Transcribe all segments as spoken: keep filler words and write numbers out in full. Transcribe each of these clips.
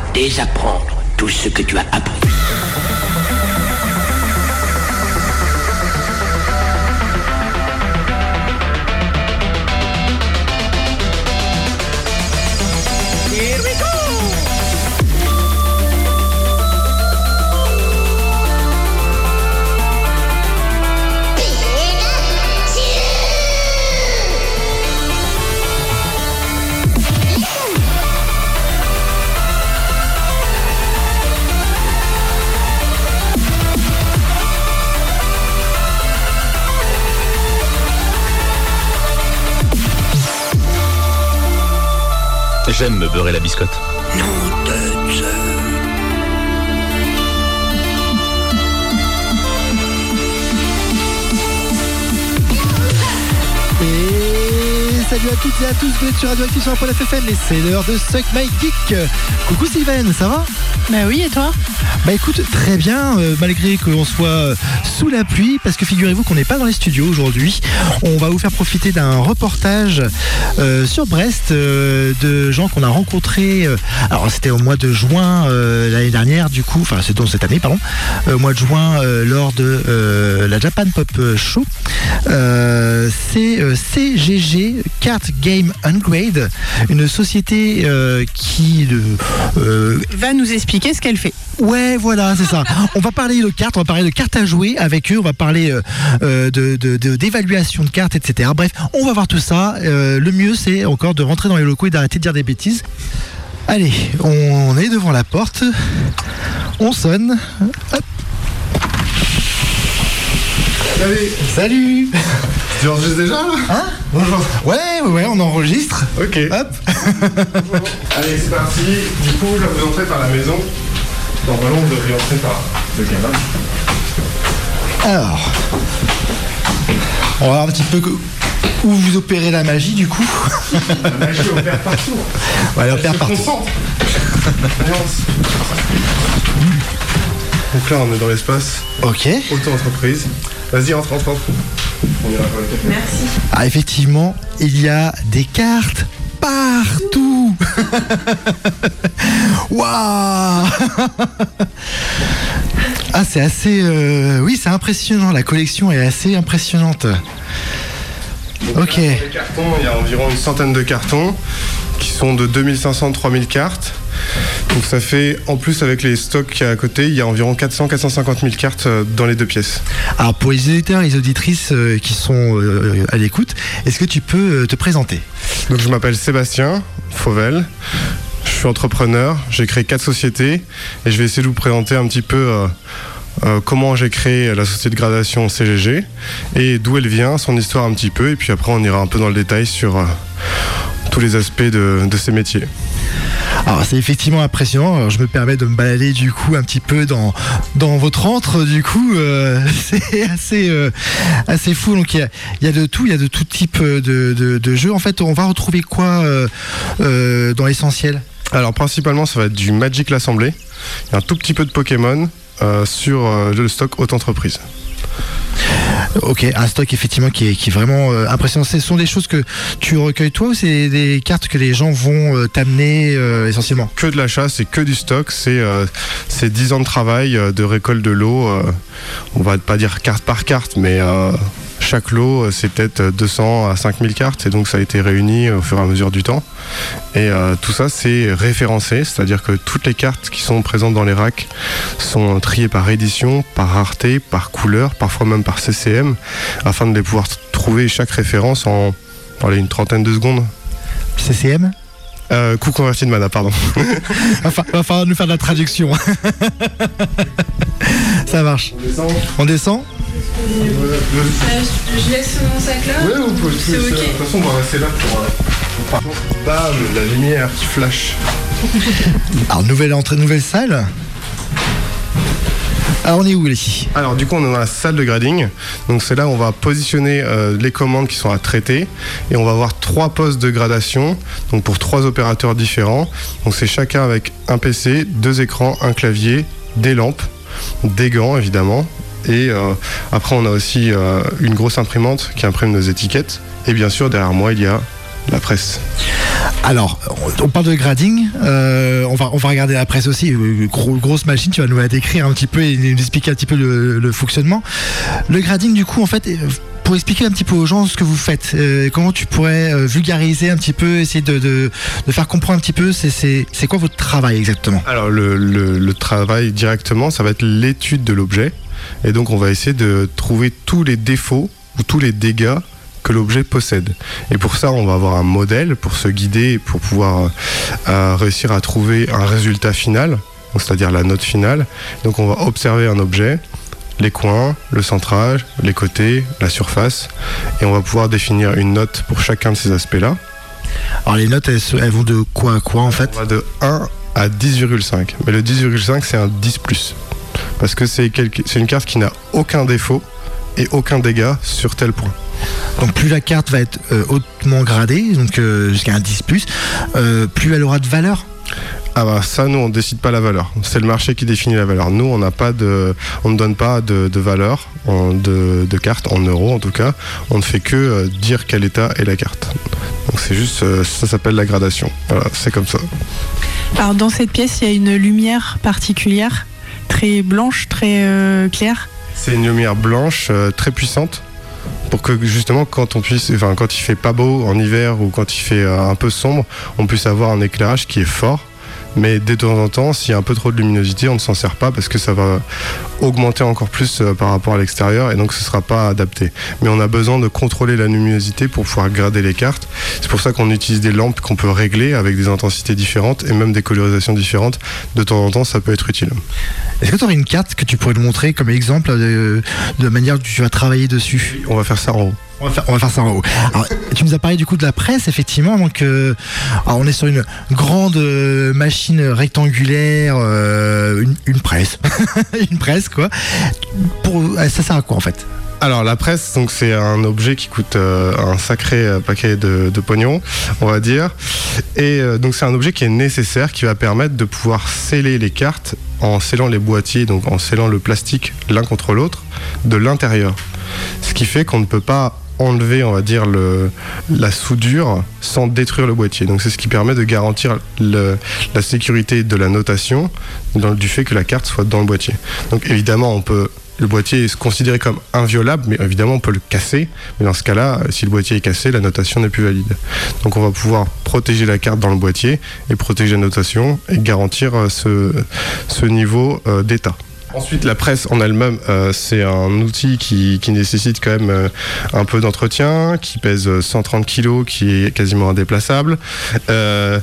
désapprendre tout ce que tu as appris. Here we go! J'aime me beurrer la biscotte. Non de Dieu. Et salut à toutes et à tous, vous êtes sur Radioactive sur un point F M et c'est l'heure de Suck My Geek. Coucou Sylvain, ça va? Bah oui, et toi? Bah écoute, très bien, euh, malgré qu'on soit euh, sous la pluie, parce que figurez-vous qu'on n'est pas dans les studios aujourd'hui. On va vous faire profiter d'un reportage euh, sur Brest euh, de gens qu'on a rencontrés. Euh, alors c'était au mois de juin euh, l'année dernière, du coup, enfin c'est donc cette année, pardon, euh, au mois de juin euh, lors de euh, la Japan Pop Show. Euh, c'est euh, C G G Card Game Upgrade, une société euh, qui euh, va nous expliquer ce qu'elle fait. Ouais, voilà, c'est ça. On va parler de cartes, on va parler de cartes à jouer avec eux, on va parler euh, de, de, de, d'évaluation de cartes, et cetera. Bref, on va voir tout ça. Euh, le mieux, c'est encore de rentrer dans les locaux et d'arrêter de dire des bêtises. Allez, on est devant la porte. On sonne. Hop. Salut. Salut. Tu enregistres déjà là? Hein? Bonjour. Ouais, ouais, ouais, on enregistre. Ok. Hop. Allez, c'est parti. Du coup, je vais vous entrer par la maison. Normalement, vous devriez entrer par le canal. Alors, on va voir un petit peu où vous opérez la magie du coup. La magie opère partout. Ouais, elle opère se partout. concentre. Donc là, on est dans l'espace Ok. auto-entreprise. Vas-y, entre, entre, entre. On ira pour le café. Merci. Ah, effectivement, il y a des cartes partout. Waouh. Ah, c'est assez... euh, Oui, c'est impressionnant. La collection est assez impressionnante. Donc Ok. là, sur les cartons, il y a environ une centaine de cartons qui sont de deux mille cinq cents à trois mille cartes. Donc ça fait, en plus avec les stocks qu'il y a à côté, il y a environ quatre cents à quatre cent cinquante mille cartes euh, dans les deux pièces. Alors, pour les auditeurs et les auditrices euh, qui sont euh, à l'écoute, est-ce que tu peux euh, te présenter? Donc je m'appelle Sébastien Fauvel, je suis entrepreneur, j'ai créé quatre sociétés et je vais essayer de vous présenter un petit peu euh, euh, comment j'ai créé la société de gradation C G G et d'où elle vient, son histoire un petit peu, et puis après on ira un peu dans le détail sur euh, tous les aspects de, de ces métiers. Alors c'est effectivement impressionnant. Alors, je me permets de me balader du coup un petit peu dans, dans votre antre. Du coup, euh, c'est assez, euh, assez fou. Donc il y a, il y a de tout, il y a de tout type de, de, de jeux. En fait, on va retrouver quoi euh, euh, dans l'essentiel? Alors principalement ça va être du Magic l'Assemblée, il y a un tout petit peu de Pokémon euh, sur euh, le stock haute entreprise. Ok, un stock effectivement qui est, qui est vraiment euh, impressionnant. Ce sont des choses que tu recueilles toi ou c'est des cartes que les gens vont euh, t'amener euh, essentiellement? Que de l'achat, c'est que du stock, c'est euh, c'est dix ans de travail, euh, de récolte de lot, euh, on va pas dire carte par carte, mais euh, chaque lot euh, c'est peut-être deux cents à cinq mille cartes et donc ça a été réuni au fur et à mesure du temps. Et euh, tout ça c'est référencé, c'est-à-dire que toutes les cartes qui sont présentes dans les racks sont triées par édition, par rareté, par couleur, parfois même par C C M, afin de les pouvoir trouver chaque référence en allez, une trentaine de secondes. C C M? Euh, coût converti de mana, pardon. Enfin, il va falloir nous faire de la traduction. Ça marche. On descend. On descend? Euh, je, je laisse mon sac là. Ouais, vous pouvez C'est tout ok. laisser. De toute façon, on va rester là pour. Euh, pour... Bam, la lumière qui flash. Alors, nouvelle entrée, nouvelle salle. Alors, on est où là, ici? Alors, du coup, on est dans la salle de grading. Donc, c'est là où on va positionner euh, les commandes qui sont à traiter. Et on va avoir trois postes de gradation. Donc, pour trois opérateurs différents. Donc, c'est chacun avec un P C, deux écrans, un clavier, des lampes, des gants, évidemment. Et euh, après, on a aussi euh, une grosse imprimante qui imprime nos étiquettes. Et bien sûr, derrière moi, il y a la presse. Alors, on parle de grading, euh, on, va, on va regarder la presse aussi, Gros, grosse machine, tu vas nous la décrire un petit peu et nous expliquer un petit peu le, le fonctionnement. Le grading, du coup, en fait, pour expliquer un petit peu aux gens ce que vous faites, euh, comment tu pourrais euh, vulgariser un petit peu, essayer de, de, de faire comprendre un petit peu, c'est, c'est, c'est quoi votre travail exactement? Alors, le, le, le travail directement, ça va être l'étude de l'objet, et donc on va essayer de trouver tous les défauts ou tous les dégâts que l'objet possède. Et pour ça, on va avoir un modèle pour se guider et pour pouvoir euh, réussir à trouver un résultat final, donc c'est-à-dire la note finale. Donc on va observer un objet, les coins, le centrage, les côtés, la surface, et on va pouvoir définir une note pour chacun de ces aspects-là. Alors les notes, elles, elles vont de quoi à quoi en fait? On va de un à dix virgule cinq, mais le dix virgule cinq c'est un dix plus, parce que c'est, quelque, c'est une carte qui n'a aucun défaut et aucun dégât sur tel point. Donc plus la carte va être euh, hautement gradée, donc euh, jusqu'à un dix plus, euh, plus elle aura de valeur. Ah bah ça, nous on décide pas la valeur, c'est le marché qui définit la valeur. Nous on n'a pas de, on ne donne pas de, de valeur en, de, de carte en euros en tout cas. On ne fait que euh, dire quel état est la carte. Donc c'est juste, euh, ça s'appelle la gradation. Voilà, c'est comme ça. Alors dans cette pièce, il y a une lumière particulière, très blanche, très euh, claire. C'est une lumière blanche euh, très puissante, pour que justement quand on puisse, enfin quand il fait pas beau en hiver ou quand il fait euh, un peu sombre, on puisse avoir un éclairage qui est fort. Mais de temps en temps, s'il y a un peu trop de luminosité, on ne s'en sert pas parce que ça va augmenter encore plus euh, par rapport à l'extérieur et donc ce ne sera pas adapté. Mais on a besoin de contrôler la luminosité pour pouvoir grader les cartes. C'est pour ça qu'on utilise des lampes qu'on peut régler avec des intensités différentes et même des colorisations différentes. De temps en temps, ça peut être utile. Est-ce que tu aurais une carte que tu pourrais nous montrer comme exemple de, de la manière dont tu vas travailler dessus? On va faire ça en haut. On va, faire, on va faire ça en haut. Alors, tu nous as parlé du coup de la presse, effectivement. Donc, euh, alors on est sur une grande euh, machine rectangulaire, euh, une, une presse, une presse quoi. Pour, ça sert à quoi en fait? Alors la presse, donc c'est un objet qui coûte euh, un sacré euh, paquet de, de pognon, on va dire. Et euh, donc c'est un objet qui est nécessaire, qui va permettre de pouvoir sceller les cartes en scellant les boîtiers, donc en scellant le plastique l'un contre l'autre de l'intérieur. Ce qui fait qu'on ne peut pas enlever, on va dire, le, la soudure sans détruire le boîtier. Donc c'est ce qui permet de garantir le, la sécurité de la notation dans, du fait que la carte soit dans le boîtier. Donc évidemment, on peut, le boîtier est considéré comme inviolable, mais évidemment on peut le casser. Mais dans ce cas-là, si le boîtier est cassé, la notation n'est plus valide. Donc on va pouvoir protéger la carte dans le boîtier et protéger la notation et garantir ce, ce niveau euh, d'état. Ensuite, la presse en elle-même, euh, c'est un outil qui, qui nécessite quand même euh, un peu d'entretien, qui pèse cent trente kilos, qui est quasiment indéplaçable. Euh,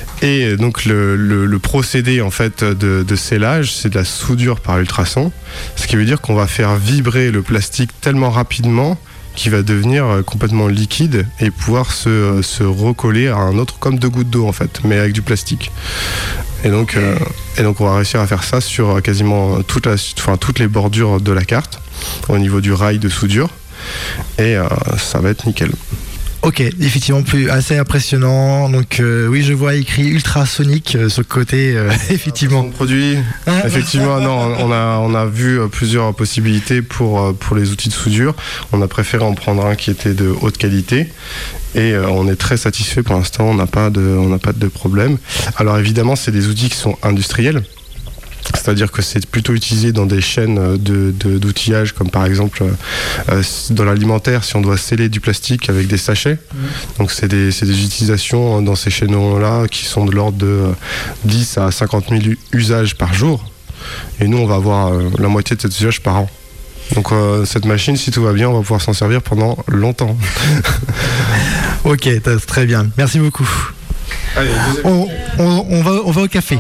et donc le, le, le procédé en fait de, de scellage, c'est de la soudure par ultrasons, ce qui veut dire qu'on va faire vibrer le plastique tellement rapidement qui va devenir complètement liquide et pouvoir se, se recoller à un autre, comme deux gouttes d'eau en fait, mais avec du plastique. Et donc, euh, et donc on va réussir à faire ça sur quasiment toute la, enfin, toutes les bordures de la carte, au niveau du rail de soudure, et euh, ça va être nickel. Ok, effectivement, plus assez impressionnant. Donc euh, oui, je vois écrit ultrasonique euh, sur le côté, euh, effectivement. Son produit, effectivement, non, on a on a vu plusieurs possibilités pour pour les outils de soudure. On a préféré en prendre un qui était de haute qualité. Et euh, on est très satisfait pour l'instant. On n'a pas de on n'a pas de problème. Alors évidemment, c'est des outils qui sont industriels. C'est-à-dire que c'est plutôt utilisé dans des chaînes de, de, d'outillage, comme par exemple euh, dans l'alimentaire, si on doit sceller du plastique avec des sachets. Mmh. Donc c'est des, c'est des utilisations dans ces chaînons-là qui sont de l'ordre de dix à cinquante mille usages par jour. Et nous, on va avoir euh, la moitié de cet usage par an. Donc euh, cette machine, si tout va bien, on va pouvoir s'en servir pendant longtemps. Ok, très bien. Merci beaucoup. Allez, on, on, on, va, on va au café.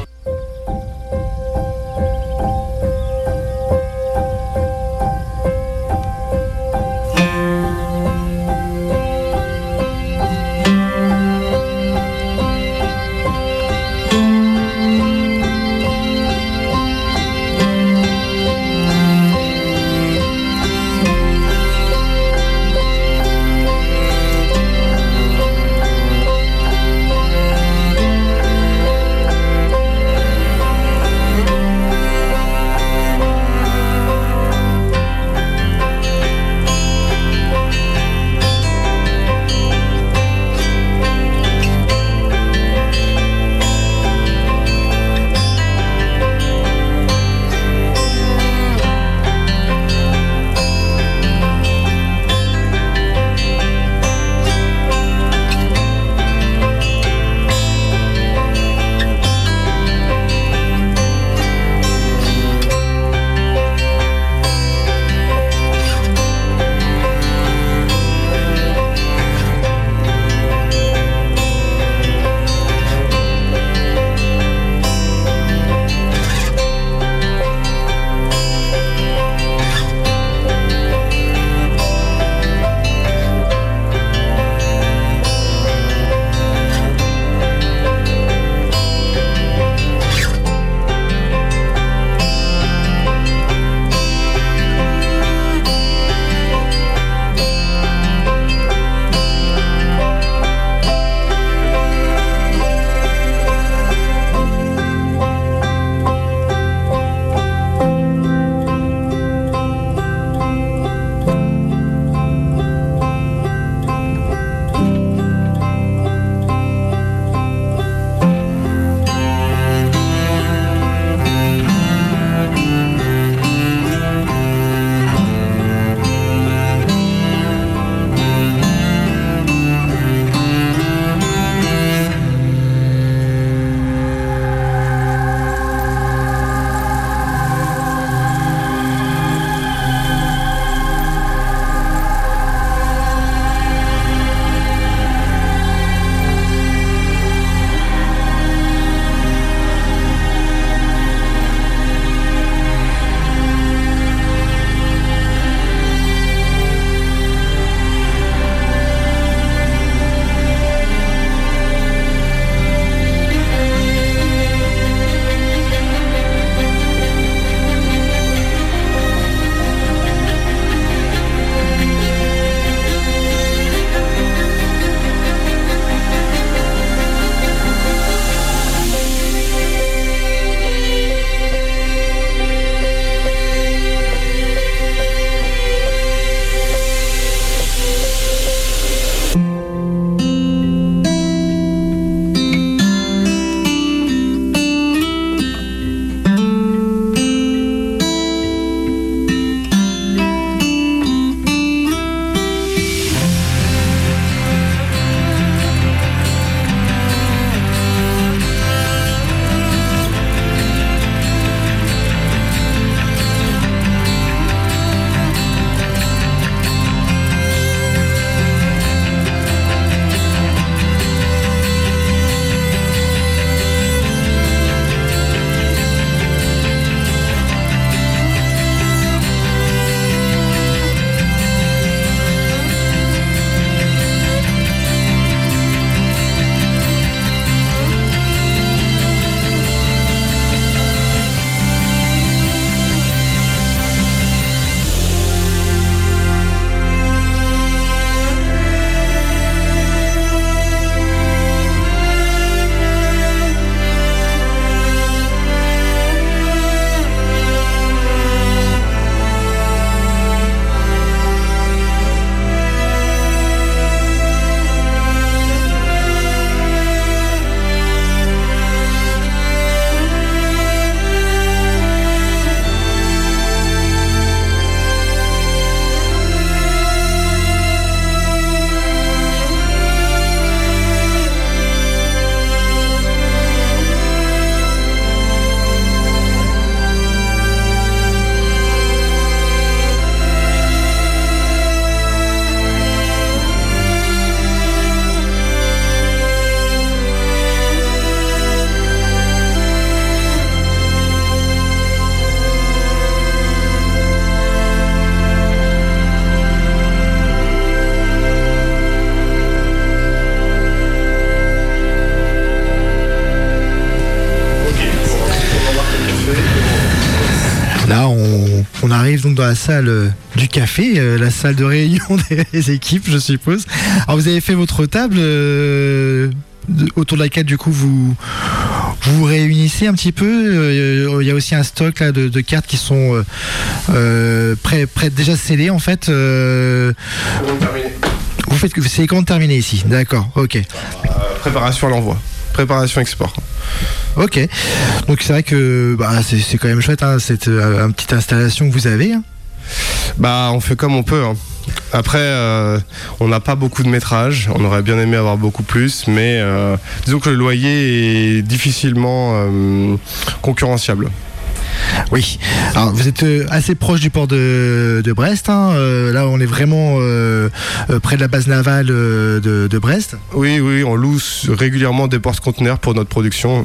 arrive donc dans la salle euh, du café, euh, la salle de réunion des équipes, je suppose. Alors vous avez fait votre table euh, de, autour de laquelle du coup vous vous, vous réunissez un petit peu. Euh, il y a aussi un stock là, de, de cartes qui sont euh, euh, prêt, prêt, déjà scellées en fait. Euh, vous faites c'est les commandes terminées ici, d'accord, ok. Euh, préparation à l'envoi, préparation export. Ok, donc c'est vrai que bah, c'est, c'est quand même chouette hein, cette euh, une petite installation que vous avez. Hein. Bah on fait comme on peut. Hein. Après, euh, on n'a pas beaucoup de métrage, on aurait bien aimé avoir beaucoup plus, mais euh, disons que le loyer est difficilement euh, concurrenciable. Oui, alors vous êtes assez proche du port de, de Brest, hein. euh, là on est vraiment euh, près de la base navale de, de Brest. Oui, oui, on loue régulièrement des porte-conteneurs pour notre production.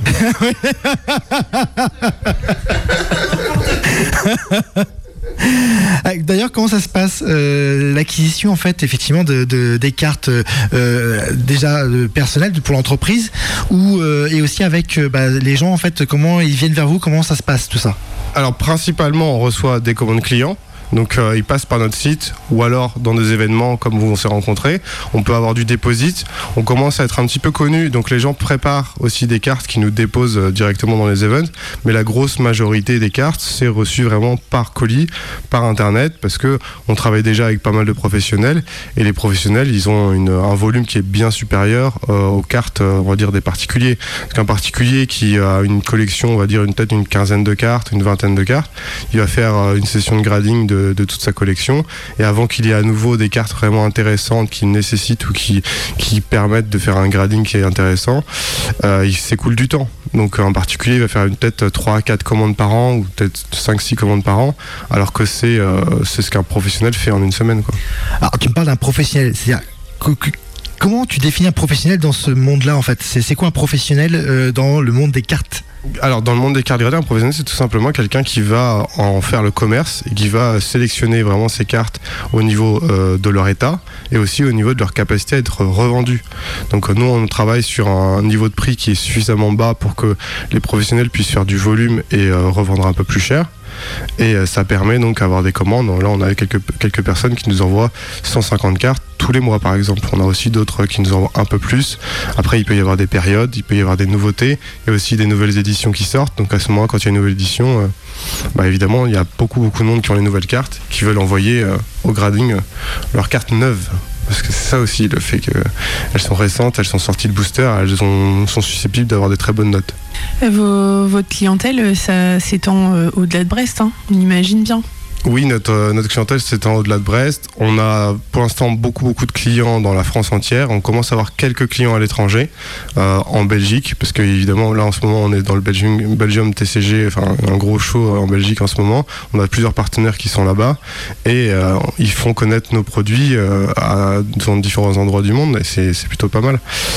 D'ailleurs, comment ça se passe euh, l'acquisition en fait, effectivement, de, de des cartes euh, déjà euh, personnelles pour l'entreprise, ou euh, et aussi avec euh, bah, les gens en fait, comment ils viennent vers vous, comment ça se passe tout ça? Alors principalement, on reçoit des commandes clients. Donc euh, ils passent par notre site ou alors dans des événements comme où on s'est rencontrés. On peut avoir du déposit. On commence à être un petit peu connu. Donc les gens préparent aussi des cartes qui nous déposent euh, directement dans les events. Mais la grosse majorité des cartes, c'est reçu vraiment par colis, par internet, parce que on travaille déjà avec pas mal de professionnels. Et les professionnels, ils ont une, un volume qui est bien supérieur euh, aux cartes, euh, on va dire, des particuliers. Parce qu'un particulier qui a une collection, on va dire une, peut-être une quinzaine de cartes, une vingtaine de cartes, il va faire euh, une session de grading de de toute sa collection, et avant qu'il y ait à nouveau des cartes vraiment intéressantes qui nécessitent ou qui, qui permettent de faire un grading qui est intéressant, euh, il s'écoule du temps. Donc en particulier, il va faire peut-être trois à quatre commandes par an ou peut-être cinq six commandes par an, alors que c'est, euh, c'est ce qu'un professionnel fait en une semaine, quoi. Alors tu me parles d'un professionnel, c'est-à-dire que, que, comment tu définis un professionnel dans ce monde-là en fait? C'est, c'est quoi un professionnel euh, dans le monde des cartes? Alors dans le monde des cartes gradées, un professionnel, c'est tout simplement quelqu'un qui va en faire le commerce et qui va sélectionner vraiment ses cartes au niveau euh, de leur état et aussi au niveau de leur capacité à être revendues. Donc nous on travaille sur un niveau de prix qui est suffisamment bas pour que les professionnels puissent faire du volume et euh, revendre un peu plus cher. Et euh, ça permet donc d'avoir des commandes. Là on a quelques, quelques personnes qui nous envoient cent cinquante cartes tous les mois par exemple. On a aussi d'autres qui nous envoient un peu plus. Après il peut y avoir des périodes, il peut y avoir des nouveautés et aussi des nouvelles éditions qui sortent. Donc à ce moment-là, quand il y a une nouvelle édition, euh, bah évidemment il y a beaucoup beaucoup de monde qui ont les nouvelles cartes, qui veulent envoyer euh, au grading euh, leurs cartes neuves. Parce que c'est ça aussi le fait qu'elles sont récentes, elles sont sorties de booster, elles ont, sont susceptibles d'avoir des très bonnes notes. Vos, votre clientèle, ça s'étend euh, au-delà de Brest, hein, on imagine bien. Oui, notre, euh, notre clientèle s'étend au-delà de Brest. On a pour l'instant beaucoup beaucoup de clients dans la France entière. On commence à avoir quelques clients à l'étranger, euh, en Belgique, parce que évidemment là en ce moment on est dans le Belgium, Belgium T C G, enfin un gros show en Belgique en ce moment. On a plusieurs partenaires qui sont là-bas et euh, ils font connaître nos produits euh, à, dans différents endroits du monde et c'est, c'est plutôt pas mal.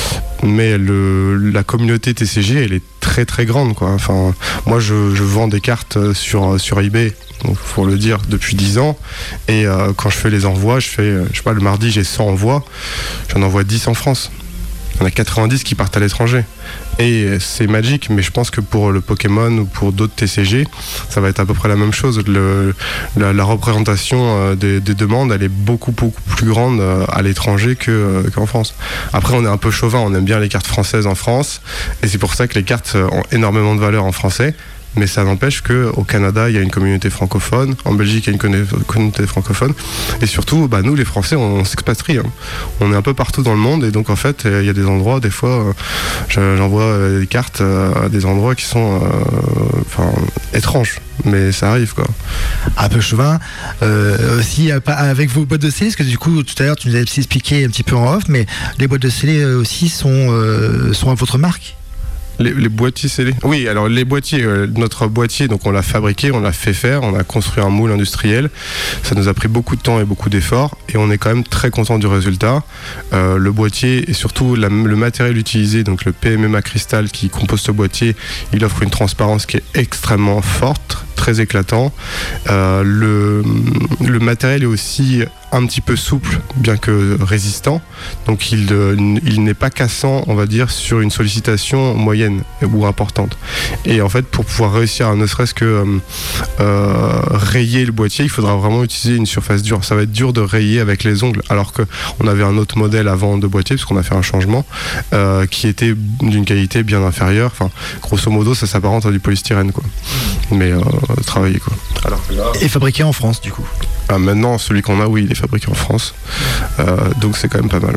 Mais le, la communauté T C G, elle est très très grande, quoi. Enfin, moi je, je vends des cartes sur, sur eBay, donc faut le dire, depuis dix ans, et euh, quand je fais les envois, je fais, je sais pas, le mardi j'ai cent envois, j'en envoie dix en France. Il y en a quatre-vingt-dix qui partent à l'étranger. Et c'est magique, mais je pense que pour le Pokémon ou pour d'autres T C G, ça va être à peu près la même chose. Le, la, la représentation des, des demandes, elle est beaucoup, beaucoup plus grande à l'étranger que, qu'en France. Après, on est un peu chauvin, on aime bien les cartes françaises en France, et c'est pour ça que les cartes ont énormément de valeur en français. Mais ça n'empêche qu'au Canada, il y a une communauté francophone, en Belgique, il y a une communauté francophone, et surtout, bah, nous, les Français, on, on s'expatrie. Hein. On est un peu partout dans le monde, et donc en fait, il y a des endroits, des fois, euh, j'envoie des cartes à des endroits qui sont euh, étranges, mais ça arrive, quoi. Un peu chauvin, euh, aussi avec vos boîtes de scellés, parce que du coup, tout à l'heure, tu nous avais expliqué un petit peu en off, mais les boîtes de scellés aussi sont, euh, sont à votre marque? Les, les boîtiers scellés. Oui, alors les boîtiers, euh, notre boîtier, donc on l'a fabriqué, on l'a fait faire, on a construit un moule industriel. Ça nous a pris beaucoup de temps et beaucoup d'efforts, et on est quand même très content du résultat. Euh, le boîtier et surtout la, le matériel utilisé, donc le P M M A cristal qui compose ce boîtier, il offre une transparence qui est extrêmement forte, très éclatant. Euh, le, le matériel est aussi un petit peu souple, bien que résistant. Donc il, euh, il n'est pas cassant, on va dire, sur une sollicitation moyenne ou importante. Et en fait, pour pouvoir réussir à ne serait-ce que euh, euh, rayer le boîtier, il faudra vraiment utiliser une surface dure. Ça va être dur de rayer avec les ongles, alors qu'on avait un autre modèle avant de boîtier, parce qu'on a fait un changement, euh, qui était d'une qualité bien inférieure. Enfin, grosso modo, ça s'apparente à du polystyrène, quoi. Mais euh, travaillé, quoi. Alors que là... Et fabriqué en France, du coup. Ah, maintenant, celui qu'on a, oui, il est fabriqué en France. Euh, donc c'est quand même pas mal.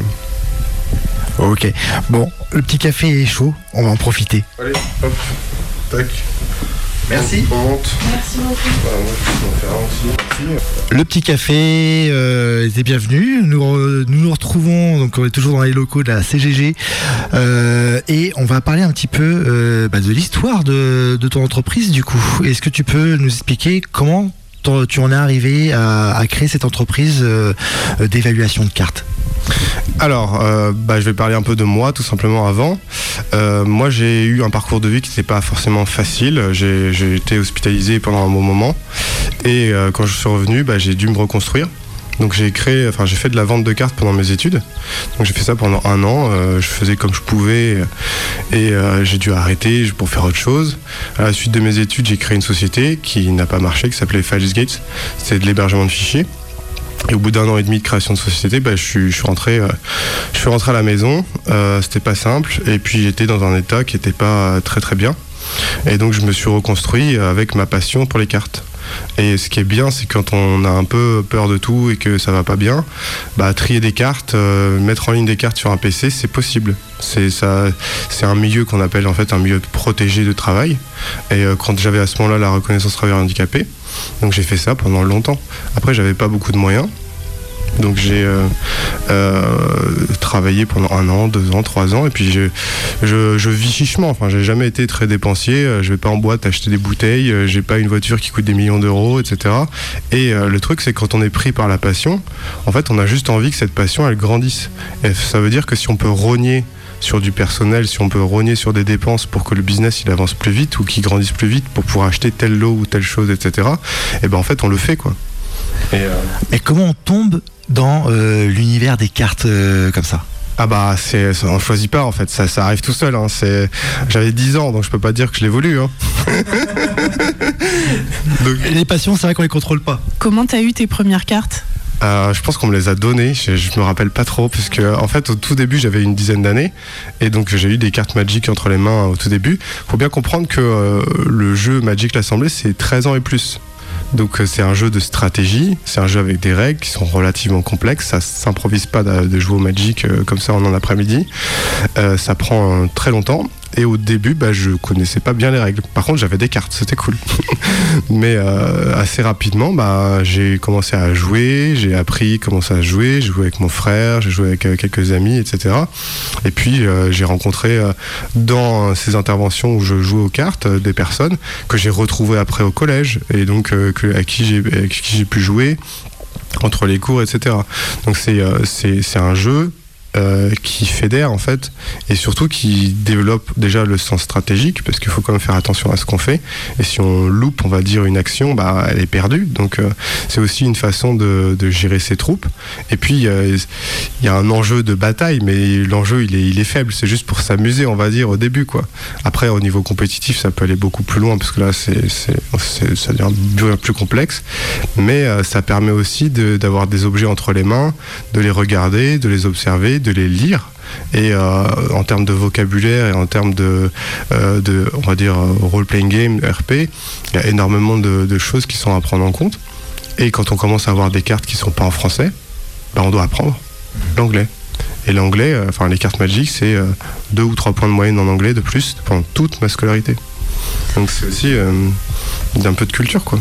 Ok. Bon, le petit café est chaud, on va en profiter. Allez, hop, tac. Merci. On monte. Merci beaucoup. Voilà, moi, je vais en faire un aussi. Merci. Le petit café euh, est bienvenu. Nous, re- nous nous retrouvons, donc on est toujours dans les locaux de la C G G euh, et on va parler un petit peu euh, bah, de l'histoire de, de ton entreprise du coup. Est-ce que tu peux nous expliquer comment t'en- tu en es arrivé à, à créer cette entreprise euh, d'évaluation de cartes? Alors, euh, bah, je vais parler un peu de moi, tout simplement, avant. Euh, moi, j'ai eu un parcours de vie qui n'était pas forcément facile. J'ai, j'ai été hospitalisé pendant un bon moment. Et euh, quand je suis revenu, bah, j'ai dû me reconstruire. Donc j'ai créé, enfin j'ai fait de la vente de cartes pendant mes études. Donc j'ai fait ça pendant un an. Euh, je faisais comme je pouvais et euh, j'ai dû arrêter pour faire autre chose. À la suite de mes études, j'ai créé une société qui n'a pas marché, qui s'appelait FilesGate. C'était de l'hébergement de fichiers. Et au bout d'un an et demi de création de société, bah, je, suis, je, suis rentré, euh, je suis rentré à la maison. Euh, c'était pas simple. Et puis j'étais dans un état qui était pas très très bien. Et donc je me suis reconstruit avec ma passion pour les cartes. Et ce qui est bien, c'est quand on a un peu peur de tout et que ça va pas bien, bah, trier des cartes, euh, mettre en ligne des cartes sur un P C, c'est possible. C'est, ça, c'est un milieu qu'on appelle en fait un milieu protégé de travail. Et euh, quand j'avais à ce moment-là la reconnaissance travailleur handicapé, donc j'ai fait ça pendant longtemps. Après, j'avais pas beaucoup de moyens. Donc j'ai euh, euh, travaillé pendant un an, deux ans, trois ans, et puis je, je, je vis chichement. Enfin, j'ai jamais été très dépensier. Je vais pas en boîte acheter des bouteilles. J'ai pas une voiture qui coûte des millions d'euros, et cetera. Et euh, le truc, c'est que quand on est pris par la passion, en fait, on a juste envie que cette passion, elle grandisse. Et ça veut dire que si on peut rogner sur du personnel, si on peut rogner sur des dépenses pour que le business il avance plus vite ou qu'il grandisse plus vite pour pouvoir acheter tel lot ou telle chose, et cetera. Et ben en fait, on le fait, quoi. Et euh... Mais comment on tombe dans euh, l'univers des cartes euh, comme ça? Ah bah c'est, on ne choisit pas en fait, ça, ça arrive tout seul. Hein. C'est, j'avais dix ans donc je peux pas dire que je l'ai voulu. Hein. Donc... Les passions, c'est vrai qu'on les contrôle pas. Comment t'as eu tes premières cartes? Euh, je pense qu'on me les a données, je, je me rappelle pas trop, parce que en fait au tout début j'avais une dizaine d'années et donc j'ai eu des cartes Magic entre les mains au tout début. Faut bien comprendre que euh, le jeu Magic l'Assemblée c'est treize ans et plus. Donc c'est un jeu de stratégie, c'est un jeu avec des règles qui sont relativement complexes, ça s'improvise pas de, de jouer au Magic euh, comme ça en un après-midi, euh, ça prend euh, très longtemps. Et au début, bah, je connaissais pas bien les règles. Par contre, j'avais des cartes, c'était cool. Mais euh, assez rapidement, bah, j'ai commencé à jouer, j'ai appris comment ça se jouer, j'ai joué avec mon frère, j'ai joué avec euh, quelques amis, et cetera. Et puis, euh, j'ai rencontré euh, dans ces interventions où je jouais aux cartes euh, des personnes que j'ai retrouvées après au collège et donc euh, que, à qui j'ai, avec qui j'ai pu jouer entre les cours, et cetera. Donc c'est, euh, c'est, c'est un jeu Euh, qui fédère en fait et surtout qui développe déjà le sens stratégique parce qu'il faut quand même faire attention à ce qu'on fait et si on loupe on va dire une action bah elle est perdue donc euh, c'est aussi une façon de, de gérer ses troupes et puis il euh, y a un enjeu de bataille mais l'enjeu il est, il est faible c'est juste pour s'amuser on va dire au début quoi. Après au niveau compétitif ça peut aller beaucoup plus loin parce que là c'est, c'est, c'est, ça devient bien plus complexe mais euh, ça permet aussi de, d'avoir des objets entre les mains, de les regarder, de les observer, de les lire et euh, en termes de vocabulaire et en termes de, euh, de on va dire role-playing game, R P, il y a énormément de, de choses qui sont à prendre en compte et quand on commence à avoir des cartes qui sont pas en français ben on doit apprendre l'anglais et l'anglais, euh, enfin les cartes Magic c'est euh, deux ou trois points de moyenne en anglais de plus pendant toute ma scolarité donc c'est aussi euh, un peu de culture quoi.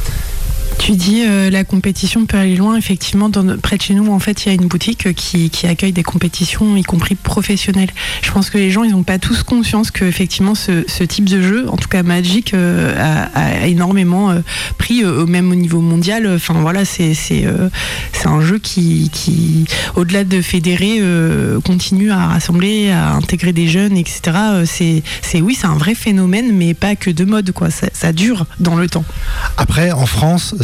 Tu dis euh, la compétition peut aller loin. Effectivement, dans, près de chez nous, en fait, il y a une boutique qui, qui accueille des compétitions, y compris professionnelles. Je pense que les gens, ils n'ont pas tous conscience que effectivement, ce, ce type de jeu, en tout cas Magic, euh, a, a énormément euh, pris, euh, même au niveau mondial. Enfin voilà, c'est c'est euh, c'est un jeu qui, qui au-delà de fédérer, euh, continue à rassembler, à intégrer des jeunes, et cetera. C'est c'est oui, c'est un vrai phénomène, mais pas que de mode, quoi. Ça, ça dure dans le temps. Après, en France,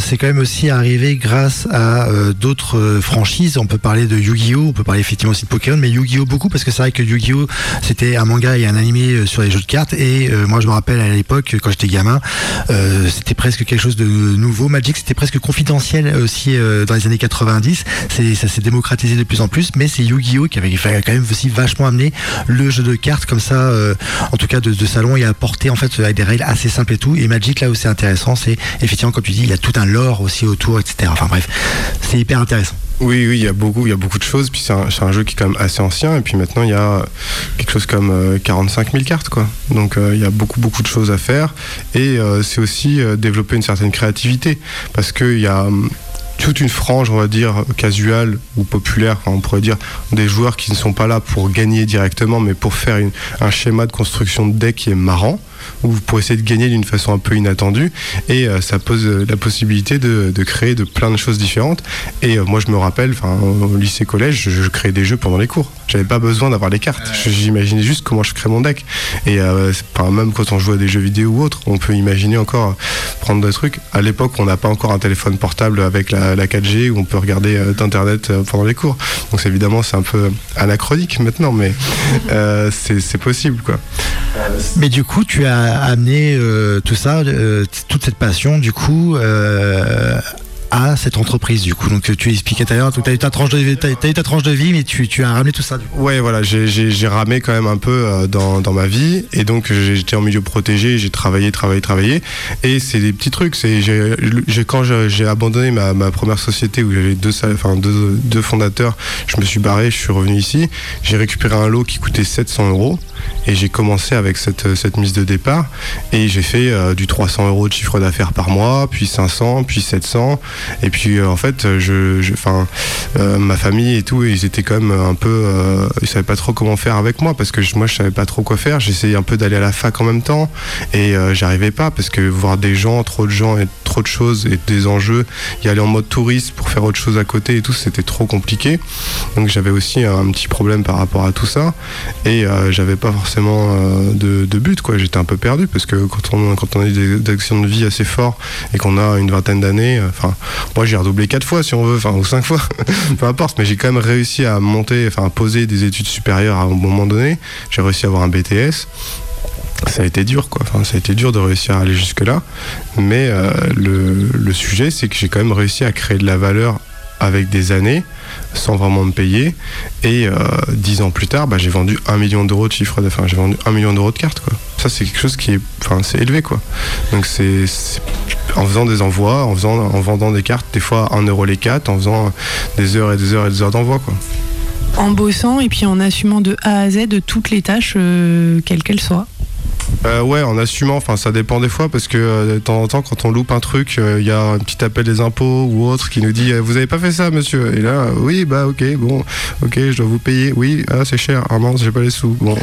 c'est quand même aussi arrivé grâce à euh, d'autres euh, franchises. On peut parler de Yu-Gi-Oh, on peut parler effectivement aussi de Pokémon, mais Yu-Gi-Oh beaucoup, parce que c'est vrai que Yu-Gi-Oh c'était un manga et un animé euh, sur les jeux de cartes, et euh, moi je me rappelle à l'époque, quand j'étais gamin, euh, c'était presque quelque chose de nouveau. Magic, c'était presque confidentiel aussi euh, dans les années quatre-vingt-dix. C'est, ça s'est démocratisé de plus en plus, mais c'est Yu-Gi-Oh qui avait quand même aussi vachement amené le jeu de cartes comme ça, euh, en tout cas de, de salon, et apporté en fait avec des règles assez simples et tout. Et Magic, là où c'est intéressant, c'est effectivement, comme tu dis, il y a tout un lore aussi autour, et cetera. Enfin bref, c'est hyper intéressant. Oui, oui, il y a beaucoup, il y a beaucoup de choses. Puis c'est un, c'est un jeu qui est quand même assez ancien. Et puis maintenant, il y a quelque chose comme euh, quarante-cinq mille cartes, quoi. Donc euh, il y a beaucoup, beaucoup de choses à faire. Et euh, c'est aussi euh, développer une certaine créativité, parce qu'il y a hum, toute une frange, on va dire, casual ou populaire, on pourrait dire, des joueurs qui ne sont pas là pour gagner directement, mais pour faire une, un schéma de construction de deck qui est marrant, ou pour essayer de gagner d'une façon un peu inattendue, et euh, ça pose euh, la possibilité de, de créer de plein de choses différentes. Et euh, moi je me rappelle, au lycée collège, je, je créais des jeux pendant les cours, j'avais pas besoin d'avoir les cartes, je, j'imaginais juste comment je crée mon deck. Et euh, même quand on joue à des jeux vidéo ou autres, on peut imaginer encore prendre des trucs. À l'époque, on n'a pas encore un téléphone portable avec la, la quatre G où on peut regarder euh, d'internet euh, pendant les cours, donc c'est, évidemment c'est un peu anachronique maintenant, mais euh, c'est, c'est possible, quoi. Mais du coup, tu as amené euh, tout ça, euh, toute cette passion, du coup, euh, à cette entreprise, du coup. Donc, tu expliquais tout à l'heure, tu as eu ta tranche de, t'as, t'as eu ta tranche de vie, mais tu, tu as ramené tout ça, du coup. Ouais, voilà, j'ai, j'ai, j'ai ramé quand même un peu euh, dans, dans ma vie, et donc j'étais en milieu protégé, j'ai travaillé, travaillé, travaillé, et c'est des petits trucs. C'est, j'ai, j'ai, quand j'ai, j'ai abandonné ma, ma première société où j'avais deux, enfin, deux, deux fondateurs, je me suis barré, je suis revenu ici, j'ai récupéré un lot qui coûtait sept cents euros. Et j'ai commencé avec cette, cette mise de départ, et j'ai fait euh, du trois cents euros de chiffre d'affaires par mois, puis cinq cents, puis sept cents, et puis euh, en fait je, je, euh, ma famille et tout, ils étaient quand même un peu euh, ils savaient pas trop comment faire avec moi, parce que je, moi je savais pas trop quoi faire. J'essayais un peu d'aller à la fac en même temps, et euh, j'arrivais pas, parce que voir des gens, trop de gens et trop de choses et des enjeux, y aller en mode touriste pour faire autre chose à côté et tout, c'était trop compliqué. Donc j'avais aussi un petit problème par rapport à tout ça, et euh, j'avais pas forcément euh, de, de but, quoi. J'étais un peu perdu, parce que quand on, quand on a des, des actions de vie assez forts et qu'on a une vingtaine d'années, enfin euh, moi j'ai redoublé quatre fois si on veut, enfin ou cinq fois, peu importe, mais j'ai quand même réussi à monter, enfin à poser des études supérieures à un moment donné. J'ai réussi à avoir un B T S. Ça a été dur, quoi. Enfin, ça a été dur de réussir à aller jusque là, mais euh, le, le sujet, c'est que j'ai quand même réussi à créer de la valeur avec des années, sans vraiment me payer, et euh, dix ans plus tard, bah, j'ai vendu un million d'euros de chiffre d'affaires, j'ai vendu un million d'euros de cartes, quoi. Ça, c'est quelque chose qui est, enfin, c'est élevé, quoi. Donc c'est, c'est en faisant des envois, en faisant, en vendant des cartes, des fois un euro les quatre, en faisant des heures et des heures et des heures d'envoi, quoi. En bossant et puis en assumant de A à Z de toutes les tâches, euh, quelles qu'elles soient. Euh, ouais, en assumant, enfin ça dépend des fois, parce que euh, de temps en temps, quand on loupe un truc, il euh, y a un petit appel des impôts ou autre qui nous dit euh, vous avez pas fait ça, monsieur, et là euh, oui, bah ok, bon, ok, je dois vous payer, oui, ah, c'est cher, ah non, j'ai pas les sous, bon.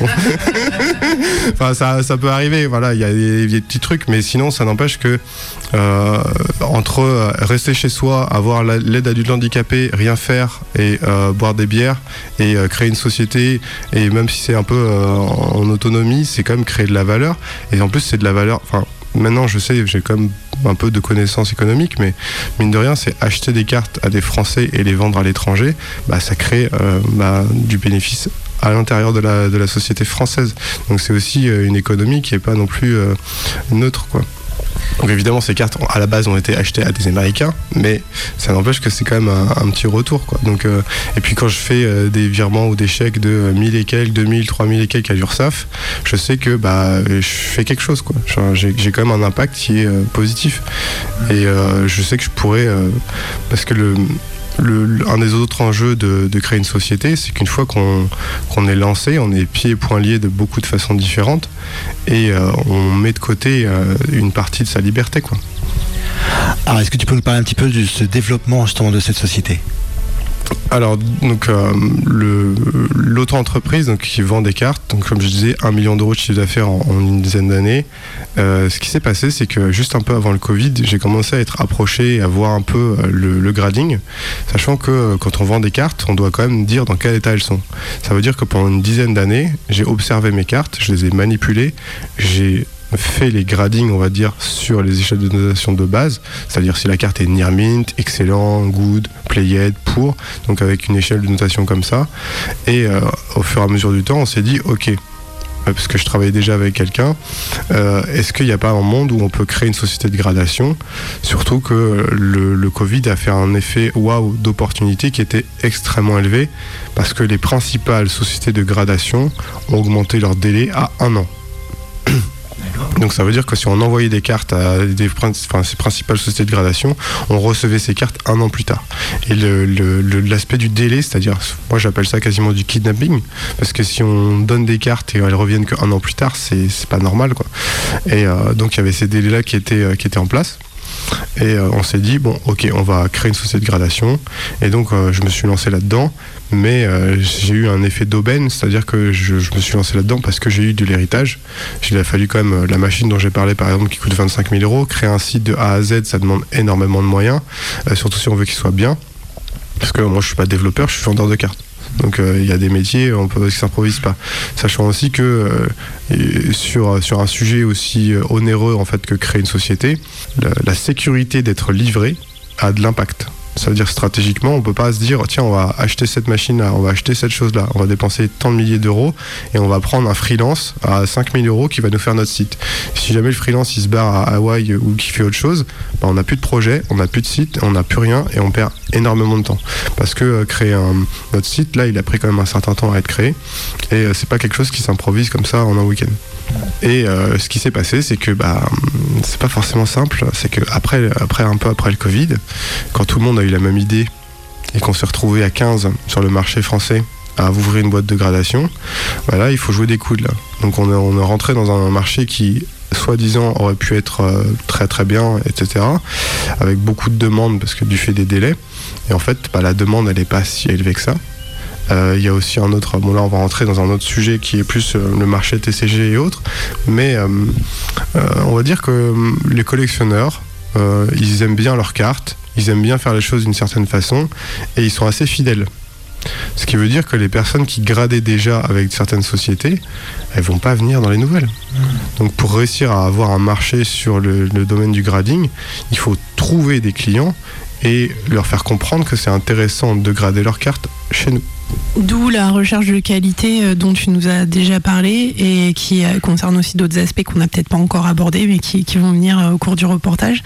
Enfin ça, ça peut arriver, voilà, il y, y a des petits trucs, mais sinon ça n'empêche que euh, entre euh, rester chez soi, avoir la, l'aide adulte handicapé, rien faire et euh, boire des bières et euh, créer une société, et même si c'est un peu euh, en, en autonomie, c'est quand même créer de la valeur, et en plus c'est de la valeur, enfin maintenant je sais, j'ai quand même un peu de connaissances économiques, mais mine de rien, c'est acheter des cartes à des Français et les vendre à l'étranger, bah ça crée euh, bah, du bénéfice à l'intérieur de la, de la société française. Donc c'est aussi euh, une économie qui n'est pas non plus euh, neutre, quoi. Donc évidemment ces cartes à la base ont été achetées à des Américains, mais ça n'empêche que c'est quand même un, un petit retour, quoi. Donc, euh, et puis quand je fais euh, des virements ou des chèques de mille et quelques, deux mille, trois mille et quelques à l'URSSAF, je sais que bah, je fais quelque chose, quoi. J'ai, j'ai quand même un impact qui est euh, positif, et euh, je sais que je pourrais, euh, parce que le Le, le, un des autres enjeux de, de créer une société, c'est qu'une fois qu'on, qu'on est lancé, on est pieds et poings liés de beaucoup de façons différentes, et euh, on met de côté euh, une partie de sa liberté, quoi. Alors, est-ce que tu peux nous parler un petit peu de ce développement justement de cette société ? Alors, donc, euh, le, l'auto-entreprise donc, qui vend des cartes, donc, comme je disais, un million d'euros de chiffre d'affaires en, en une dizaine d'années. Euh, ce qui s'est passé, c'est que juste un peu avant le Covid, j'ai commencé à être approché et à voir un peu le, le grading, sachant que quand on vend des cartes, on doit quand même dire dans quel état elles sont. Ça veut dire que pendant une dizaine d'années, j'ai observé mes cartes, je les ai manipulées, j'ai fait les gradings, on va dire, sur les échelles de notation de base, c'est-à-dire si la carte est near mint, excellent, good, played, poor, donc avec une échelle de notation comme ça. Et euh, au fur et à mesure du temps, on s'est dit, ok, parce que je travaillais déjà avec quelqu'un, euh, est-ce qu'il n'y a pas un monde où on peut créer une société de gradation, surtout que le, le Covid a fait un effet waouh d'opportunité qui était extrêmement élevé, parce que les principales sociétés de gradation ont augmenté leur délai à un an. Donc ça veut dire que si on envoyait des cartes à des, enfin, ces principales sociétés de gradation, on recevait ces cartes un an plus tard. Et le, le, le, l'aspect du délai, c'est-à-dire, moi j'appelle ça quasiment du kidnapping, parce que si on donne des cartes et elles reviennent qu'un an plus tard, c'est, c'est pas normal, quoi. Et euh, donc il y avait ces délais-là qui étaient, euh, qui étaient en place. Et euh, on s'est dit, bon, ok, on va créer une société de gradation. Et donc, euh, je me suis lancé là-dedans. Mais euh, j'ai eu un effet d'aubaine, c'est-à-dire que je, je me suis lancé là-dedans parce que j'ai eu de l'héritage. Il a fallu quand même, la machine dont j'ai parlé, par exemple, qui coûte vingt-cinq mille euros. Créer un site de A à Z, ça demande énormément de moyens. Euh, surtout si on veut qu'il soit bien. Parce que moi, je suis pas développeur, je suis vendeur de cartes. Donc il euh, y a des métiers, on peut, qui ne s'improvisent pas. Sachant aussi que euh, sur, sur un sujet aussi onéreux en fait, que créer une société, la, la sécurité d'être livré a de l'impact. Ça veut dire stratégiquement, on ne peut pas se dire tiens, on va acheter cette machine-là, on va acheter cette chose-là, on va dépenser tant de milliers d'euros et on va prendre un freelance à cinq mille euros qui va nous faire notre site. Si jamais le freelance il se barre à Hawaï ou qu'il fait autre chose, bah, on n'a plus de projet, on n'a plus de site, on n'a plus rien et on perd énormément de temps. Parce que euh, créer un, notre site, là, il a pris quand même un certain temps à être créé et euh, c'est pas quelque chose qui s'improvise comme ça en un week-end. Et euh, ce qui s'est passé, c'est que bah, c'est pas forcément simple. C'est que après, après, un peu après le Covid, quand tout le monde a eu la même idée et qu'on s'est retrouvé à quinze sur le marché français à ouvrir une boîte de gradation, bah là, il faut jouer des coudes. Là. Donc on est, on est rentré dans un marché qui, soi-disant, aurait pu être euh, très très bien, et cetera, avec beaucoup de demandes parce que du fait des délais. Et en fait, bah, la demande, elle n'est pas si élevée que ça. Il euh, y a aussi un autre, bon là on va rentrer dans un autre sujet qui est plus euh, le marché T C G et autres, mais euh, euh, on va dire que les collectionneurs, euh, ils aiment bien leurs cartes, ils aiment bien faire les choses d'une certaine façon et ils sont assez fidèles. Ce qui veut dire que les personnes qui gradaient déjà avec certaines sociétés, elles vont pas venir dans les nouvelles. Donc pour réussir à avoir un marché sur le, le domaine du grading, il faut trouver des clients et leur faire comprendre que c'est intéressant de grader leurs cartes chez nous. D'où la recherche de qualité dont tu nous as déjà parlé et qui concerne aussi d'autres aspects qu'on n'a peut-être pas encore abordés mais qui, qui vont venir au cours du reportage,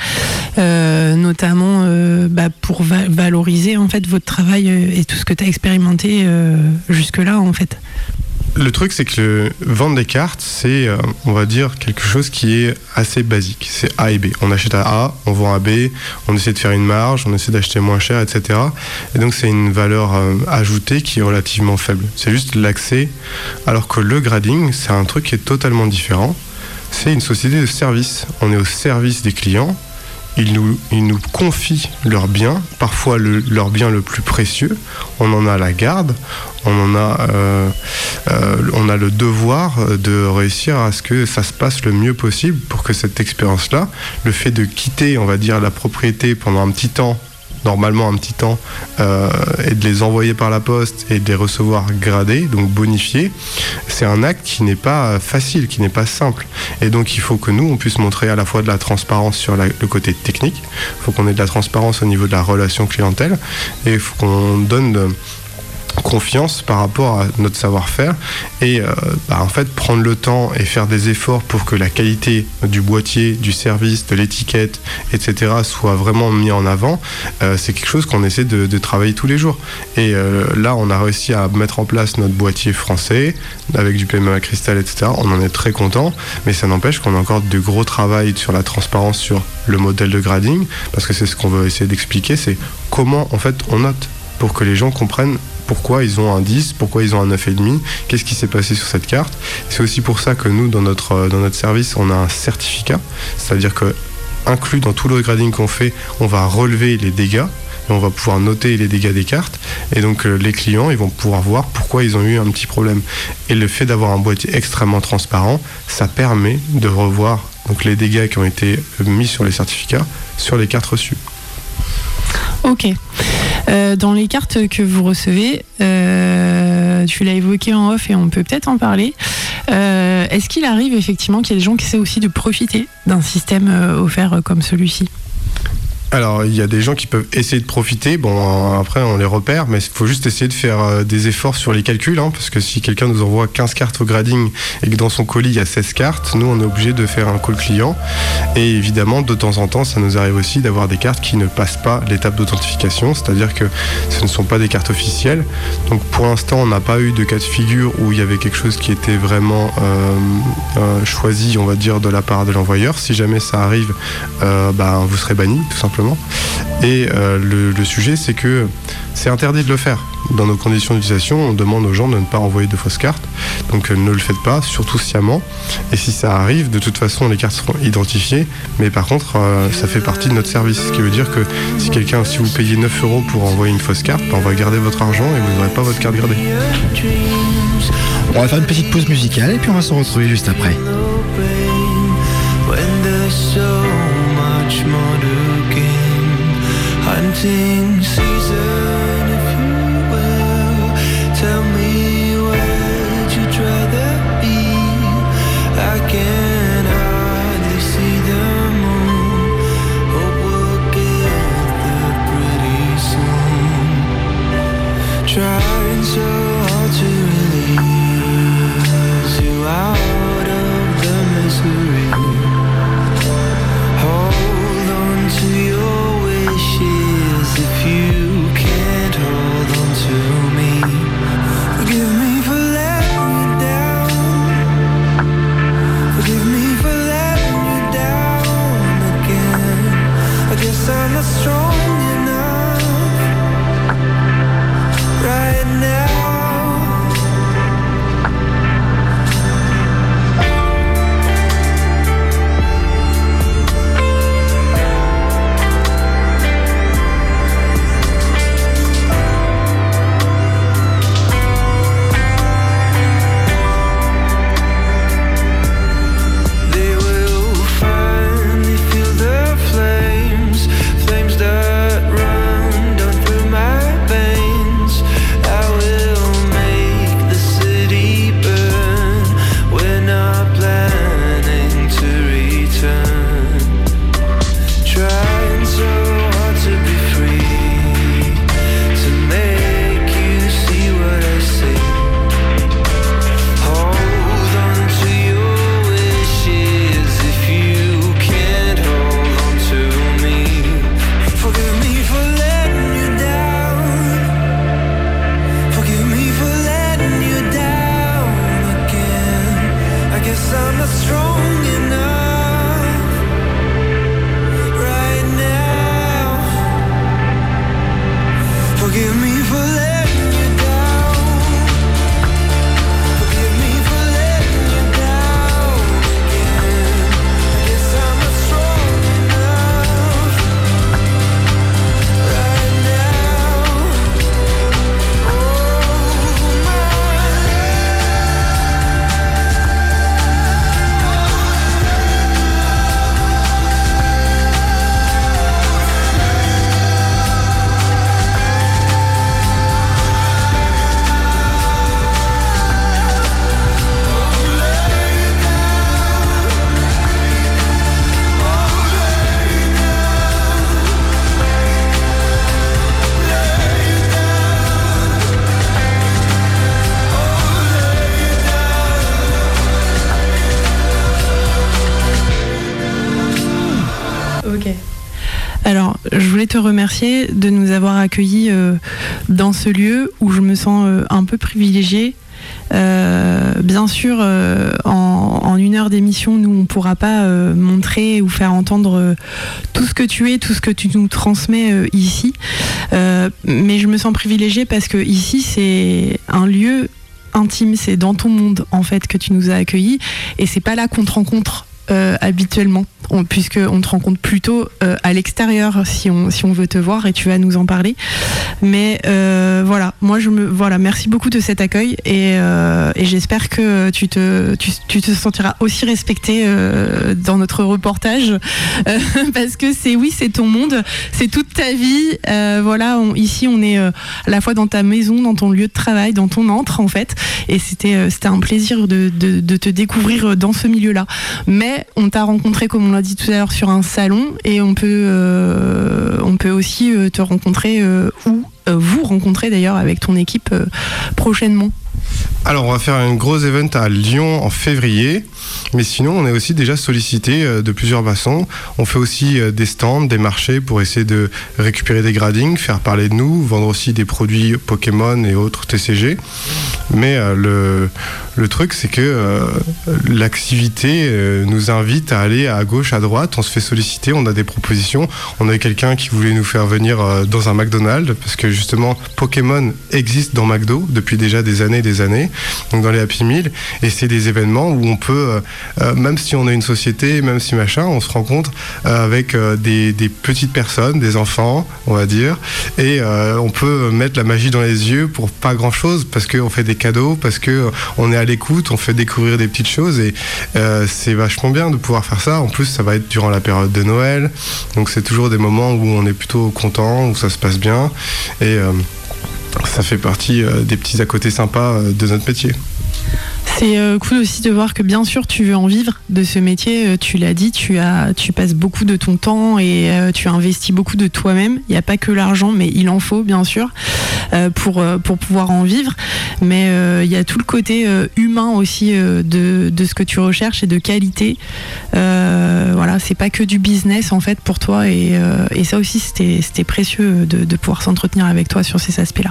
euh, notamment euh, bah, pour va- valoriser en fait votre travail et tout ce que tu as expérimenté euh, jusque-là en fait. Le truc, c'est que le, vendre des cartes, c'est, euh, on va dire, quelque chose qui est assez basique. C'est A et B. On achète à A, on vend à B, on essaie de faire une marge, on essaie d'acheter moins cher, et cetera. Et donc, c'est une valeur euh, ajoutée qui est relativement faible. C'est juste l'accès. Alors que le grading, c'est un truc qui est totalement différent. C'est une société de service. On est au service des clients. Ils nous, ils nous confient leurs biens, parfois le, leur bien le plus précieux. On en a la garde, on en a, euh, euh, on a le devoir de réussir à ce que ça se passe le mieux possible pour que cette expérience-là, le fait de quitter, on va dire, la propriété pendant un petit temps, normalement un petit temps, euh, et de les envoyer par la poste et de les recevoir gradés, donc bonifiés, c'est un acte qui n'est pas facile, qui n'est pas simple. Et donc il faut que nous, on puisse montrer à la fois de la transparence sur la, le côté technique, il faut qu'on ait de la transparence au niveau de la relation clientèle, et il faut qu'on donne de, confiance par rapport à notre savoir-faire et euh, bah, en fait prendre le temps et faire des efforts pour que la qualité du boîtier, du service, de l'étiquette, et cetera soit vraiment mis en avant. Euh, c'est quelque chose qu'on essaie de, de travailler tous les jours. Et euh, là, on a réussi à mettre en place notre boîtier français avec du P M A cristal, et cetera. On en est très content, mais ça n'empêche qu'on a encore de gros travail sur la transparence sur le modèle de grading, parce que c'est ce qu'on veut essayer d'expliquer, c'est comment en fait on note pour que les gens comprennent pourquoi ils ont un dix, pourquoi ils ont un neuf virgule cinq, qu'est-ce qui s'est passé sur cette carte. C'est aussi pour ça que nous, dans notre, dans notre service, on a un certificat, c'est-à-dire que inclus dans tout le grading qu'on fait, on va relever les dégâts et on va pouvoir noter les dégâts des cartes, et donc euh, les clients ils vont pouvoir voir pourquoi ils ont eu un petit problème. Et le fait d'avoir un boîtier extrêmement transparent, ça permet de revoir donc, les dégâts qui ont été mis sur les certificats sur les cartes reçues. Ok. Euh, dans les cartes que vous recevez, euh, tu l'as évoqué en off et on peut peut-être en parler. Euh, est-ce qu'il arrive effectivement qu'il y ait des gens qui essaient aussi de profiter d'un système euh, offert euh, comme celui-ci ? Alors, il y a des gens qui peuvent essayer de profiter. Bon, après, on les repère, mais il faut juste essayer de faire euh, des efforts sur les calculs, hein, parce que si quelqu'un nous envoie quinze cartes au grading et que dans son colis, il y a seize cartes, nous, on est obligé de faire un call client. Et évidemment, de temps en temps, ça nous arrive aussi d'avoir des cartes qui ne passent pas l'étape d'authentification, c'est-à-dire que ce ne sont pas des cartes officielles. Donc, pour l'instant, on n'a pas eu de cas de figure où il y avait quelque chose qui était vraiment euh, euh, choisi, on va dire, de la part de l'envoyeur. Si jamais ça arrive, euh, bah, vous serez banni, tout simplement. Et euh, le, le sujet, c'est que c'est interdit de le faire. Dans nos conditions d'utilisation, on demande aux gens de ne pas envoyer de fausses cartes. Donc euh, ne le faites pas, surtout sciemment. Et si ça arrive, de toute façon, les cartes seront identifiées. Mais par contre, euh, ça fait partie de notre service. Ce qui veut dire que si quelqu'un, si vous payez neuf euros pour envoyer une fausse carte, ben, on va garder votre argent et vous n'aurez pas votre carte gradée. On va faire une petite pause musicale et puis on va se retrouver juste après. Hunting season, if you will. Tell me where'd you rather be? I can hardly see the moon. Hope we'll get there pretty soon. Trying so hard to release you out of the misery. Hold on to your if you can't hold on to me. Forgive me for letting you down. Forgive me for letting you down again. I guess I'm not strong enough right now. je voulais te remercier de nous avoir accueillis euh, dans ce lieu où je me sens euh, un peu privilégiée. Euh, bien sûr, euh, en, en une heure d'émission, nous on ne pourra pas euh, montrer ou faire entendre euh, tout ce que tu es, tout ce que tu nous transmets euh, ici. Euh, mais je me sens privilégiée parce que ici c'est un lieu intime, c'est dans ton monde en fait que tu nous as accueillis, et c'est pas là qu'on te rencontre euh, habituellement. on, puisque on te rencontre plutôt euh, à l'extérieur si on si on veut te voir, et tu vas nous en parler. Mais euh, voilà, moi je me voilà, merci beaucoup de cet accueil, et, euh, et j'espère que tu te tu, tu te sentiras aussi respecté euh, dans notre reportage, euh, parce que c'est oui c'est ton monde, c'est toute ta vie. Euh, voilà, on, ici on est euh, à la fois dans ta maison, dans ton lieu de travail, dans ton antre en fait, et c'était euh, c'était un plaisir de, de de te découvrir dans ce milieu-là. Mais on t'a rencontré, comme on l'a dit tout à l'heure, sur un salon, et on peut euh, on peut aussi euh, te rencontrer euh, ou euh, vous rencontrer d'ailleurs avec ton équipe euh, prochainement. Alors on va faire un gros event à Lyon en février, mais sinon on est aussi déjà sollicité de plusieurs façons. On fait aussi des stands, des marchés pour essayer de récupérer des gradings, faire parler de nous, vendre aussi des produits Pokémon et autres T C G. Mais euh, le, le truc c'est que euh, l'activité euh, nous invite à aller à gauche, à droite, on se fait solliciter, on a des propositions. On a quelqu'un qui voulait nous faire venir euh, dans un McDonald's, parce que justement Pokémon existe dans McDo depuis déjà des années et des années, donc dans les Happy Meal, et c'est des événements où on peut, euh, même si on est une société, même si machin, on se rencontre euh, avec euh, des, des petites personnes, des enfants, on va dire, et euh, on peut mettre la magie dans les yeux pour pas grand chose, parce qu'on fait des cadeaux, parce qu'on est à l'écoute, on fait découvrir des petites choses, et euh, c'est vachement bien de pouvoir faire ça. En plus ça va être durant la période de Noël, donc c'est toujours des moments où on est plutôt content, où ça se passe bien, et euh, ça fait partie euh, des petits à côté sympas euh, de notre métier. C'est euh, cool aussi de voir que bien sûr tu veux en vivre de ce métier, euh, tu l'as dit, tu, as, tu passes beaucoup de ton temps, et euh, tu investis beaucoup de toi-même. Il n'y a pas que l'argent, mais il en faut bien sûr euh, pour, euh, pour pouvoir en vivre. Mais euh, il y a tout le côté euh, humain aussi euh, de, de ce que tu recherches, et de qualité. Euh, voilà, c'est pas que du business en fait pour toi, et, euh, et ça aussi c'était, c'était précieux de, de pouvoir s'entretenir avec toi sur ces aspects-là.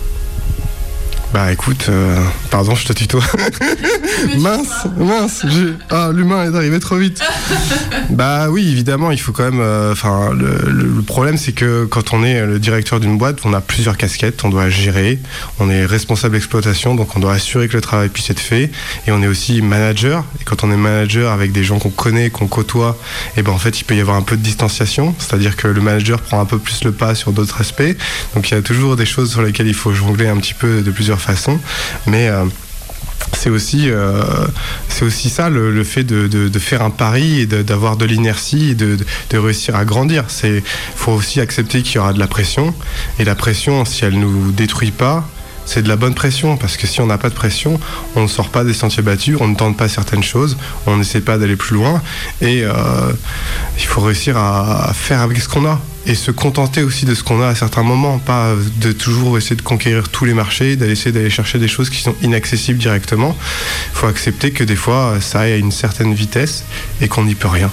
Bah écoute, euh, pardon, je te tutoie. mince, mince, j'ai... ah l'humain est arrivé trop vite. Bah oui, évidemment, il faut quand même. Enfin, euh, le, le problème, c'est que quand on est le directeur d'une boîte, on a plusieurs casquettes, on doit gérer, on est responsable d'exploitation, donc on doit assurer que le travail puisse être fait, et on est aussi manager. Et quand on est manager avec des gens qu'on connaît, qu'on côtoie, et ben en fait, il peut y avoir un peu de distanciation, c'est-à-dire que le manager prend un peu plus le pas sur d'autres aspects. Donc il y a toujours des choses sur lesquelles il faut jongler un petit peu de plusieurs façon, mais euh, c'est aussi euh, c'est aussi ça le, le fait de, de, de faire un pari et de, d'avoir de l'inertie et de, de, de réussir à grandir. C'est faut aussi accepter qu'il y aura de la pression, et la pression, si elle nous détruit pas, c'est de la bonne pression, parce que si on n'a pas de pression, on ne sort pas des sentiers battus, on ne tente pas certaines choses, on n'essaie pas d'aller plus loin, et euh, il faut réussir à, à faire avec ce qu'on a, et se contenter aussi de ce qu'on a à certains moments, pas de toujours essayer de conquérir tous les marchés, d'essayer d'aller chercher des choses qui sont inaccessibles directement. Il faut accepter que des fois ça aille à une certaine vitesse et qu'on n'y peut rien.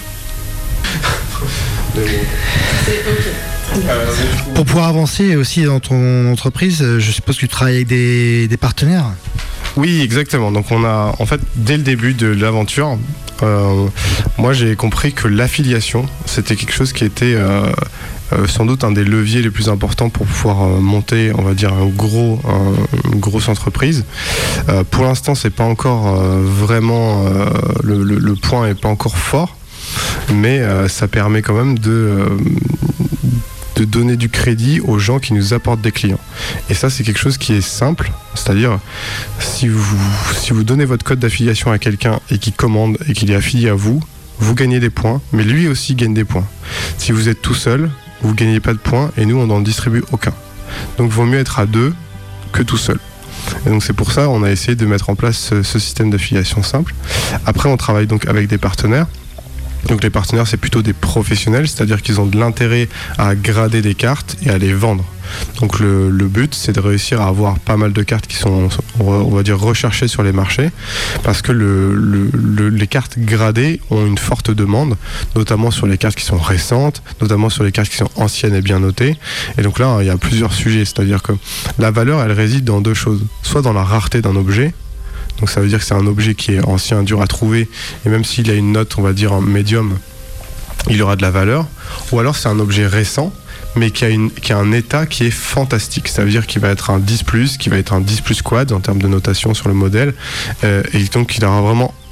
Pour pouvoir avancer aussi dans ton entreprise, je suppose que tu travailles avec des, des partenaires. Oui, exactement. Donc on a, en fait, dès le début de l'aventure, euh, moi j'ai compris que l'affiliation, c'était quelque chose qui était euh, euh, sans doute un des leviers les plus importants pour pouvoir euh, monter, on va dire, un gros, un, une grosse entreprise. Euh, pour l'instant, c'est pas encore euh, vraiment euh, le, le, le point est pas encore fort, mais euh, ça permet quand même de euh, de donner du crédit aux gens qui nous apportent des clients. Et ça, c'est quelque chose qui est simple, c'est-à-dire si vous, si vous donnez votre code d'affiliation à quelqu'un et qu'il commande et qu'il est affilié à vous, vous gagnez des points, mais lui aussi gagne des points. Si vous êtes tout seul, vous ne gagnez pas de points, et nous, on n'en distribue aucun. Donc, il vaut mieux être à deux que tout seul. Et donc c'est pour ça on a essayé de mettre en place ce, ce système d'affiliation simple. Après, on travaille donc avec des partenaires. Donc les partenaires, c'est plutôt des professionnels, c'est-à-dire qu'ils ont de l'intérêt à grader des cartes et à les vendre. Donc le, le but, c'est de réussir à avoir pas mal de cartes qui sont, on va dire, recherchées sur les marchés, parce que le, le, le, les cartes gradées ont une forte demande, notamment sur les cartes qui sont récentes, notamment sur les cartes qui sont anciennes et bien notées. Et donc là, il y a plusieurs sujets, c'est-à-dire que la valeur, elle réside dans deux choses. Soit dans la rareté d'un objet, donc ça veut dire que c'est un objet qui est ancien, dur à trouver, et même s'il a une note, on va dire, en médium, il aura de la valeur. Ou alors c'est un objet récent, mais qui a, une, qui a un état qui est fantastique. Ça veut dire qu'il va être un dix plus, qui va être un dix plus quad en termes de notation sur le modèle, euh, et donc il n'aura vraiment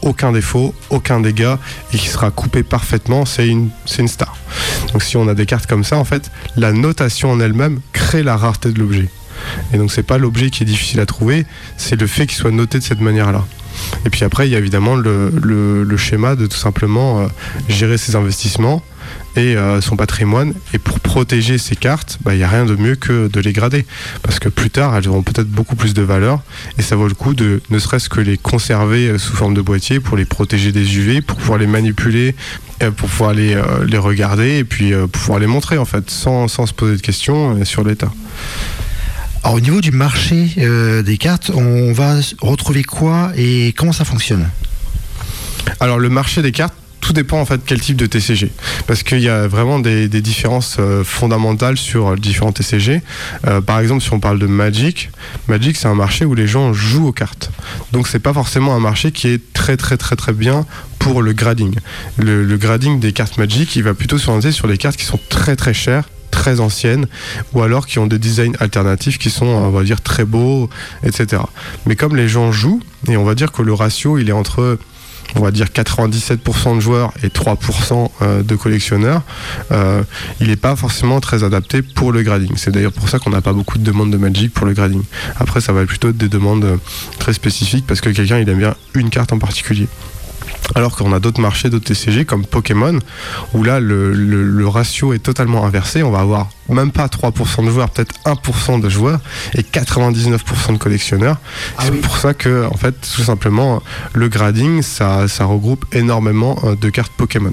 aucun défaut, aucun dégât et qui sera coupé parfaitement, c'est une, c'est une star. Donc si on a des cartes comme ça, en fait, la notation en elle-même crée la rareté de l'objet. Et donc c'est pas l'objet qui est difficile à trouver, c'est le fait qu'il soit noté de cette manière-là. Et puis après, il y a évidemment le, le, le schéma de tout simplement euh, gérer ses investissements et euh, son patrimoine. Et pour protéger ces cartes, bah, il n'y a rien de mieux que de les grader. Parce que plus tard, elles auront peut-être beaucoup plus de valeur. Et ça vaut le coup de ne serait-ce que les conserver euh, sous forme de boîtier pour les protéger des U V, pour pouvoir les manipuler, euh, pour pouvoir les, euh, les regarder et puis euh, pouvoir les montrer en fait, sans, sans se poser de questions euh, sur l'état. Alors, au niveau du marché euh, des cartes, on va retrouver quoi et comment ça fonctionne ? Alors le marché des cartes, tout dépend en fait quel type de T C G, parce qu'il y a vraiment des, des différences euh, fondamentales sur euh, différents T C G. Euh, par exemple, si on parle de Magic, Magic c'est un marché où les gens jouent aux cartes, donc c'est pas forcément un marché qui est très très très très bien pour le grading. Le, le grading des cartes Magic, il va plutôt s'orienter sur les cartes qui sont très très chères, très anciennes, ou alors qui ont des designs alternatifs qui sont, on va dire, très beaux, et cetera. Mais comme les gens jouent, et on va dire que le ratio il est entre, on va dire, quatre-vingt-dix-sept pour cent de joueurs et trois pour cent de collectionneurs, euh, il n'est pas forcément très adapté pour le grading. C'est d'ailleurs pour ça qu'on n'a pas beaucoup de demandes de Magic pour le grading. Après, ça va être plutôt des demandes très spécifiques parce que quelqu'un il aime bien une carte en particulier. Alors qu'on a d'autres marchés, d'autres T C G comme Pokémon, où là le, le, le ratio est totalement inversé. On va avoir même pas trois pour cent de joueurs, peut-être un pour cent de joueurs et quatre-vingt-dix-neuf pour cent de collectionneurs. Ah c'est oui. Pour ça que, en fait, tout simplement, le grading, ça, ça regroupe énormément de cartes Pokémon.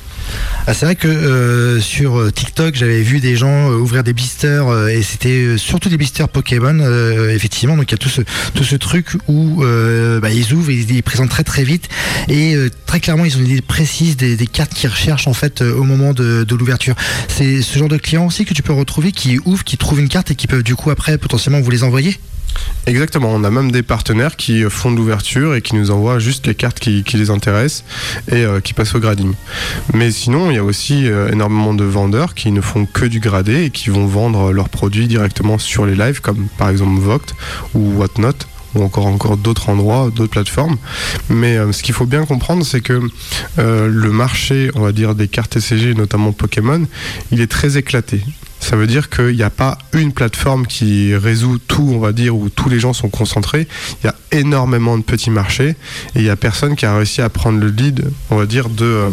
Ah, c'est vrai que euh, sur TikTok, j'avais vu des gens euh, ouvrir des blisters euh, et c'était euh, surtout des blisters Pokémon, euh, effectivement. Donc il y a tout ce, tout ce truc où euh, bah, ils ouvrent et ils, ils présentent très très vite et euh, très clairement ils ont une idée précise des, des cartes qu'ils recherchent en fait euh, au moment de, de l'ouverture. C'est ce genre de clients aussi que tu peux retrouver qui ouvrent, qui trouvent une carte et qui peuvent du coup après potentiellement vous les envoyer. Exactement, on a même des partenaires qui font de l'ouverture et qui nous envoient juste les cartes qui, qui les intéressent et euh, qui passent au grading. Mais sinon, il y a aussi euh, énormément de vendeurs qui ne font que du gradé et qui vont vendre leurs produits directement sur les lives, comme par exemple Vogt ou Whatnot, ou encore, encore d'autres endroits, d'autres plateformes. Mais euh, ce qu'il faut bien comprendre, c'est que euh, le marché, on va dire, des cartes T C G, notamment Pokémon, il est très éclaté. Ça veut dire qu'il n'y a pas une plateforme qui résout tout, on va dire, où tous les gens sont concentrés. Il y a énormément de petits marchés et il n'y a personne qui a réussi à prendre le lead, on va dire, de... Euh,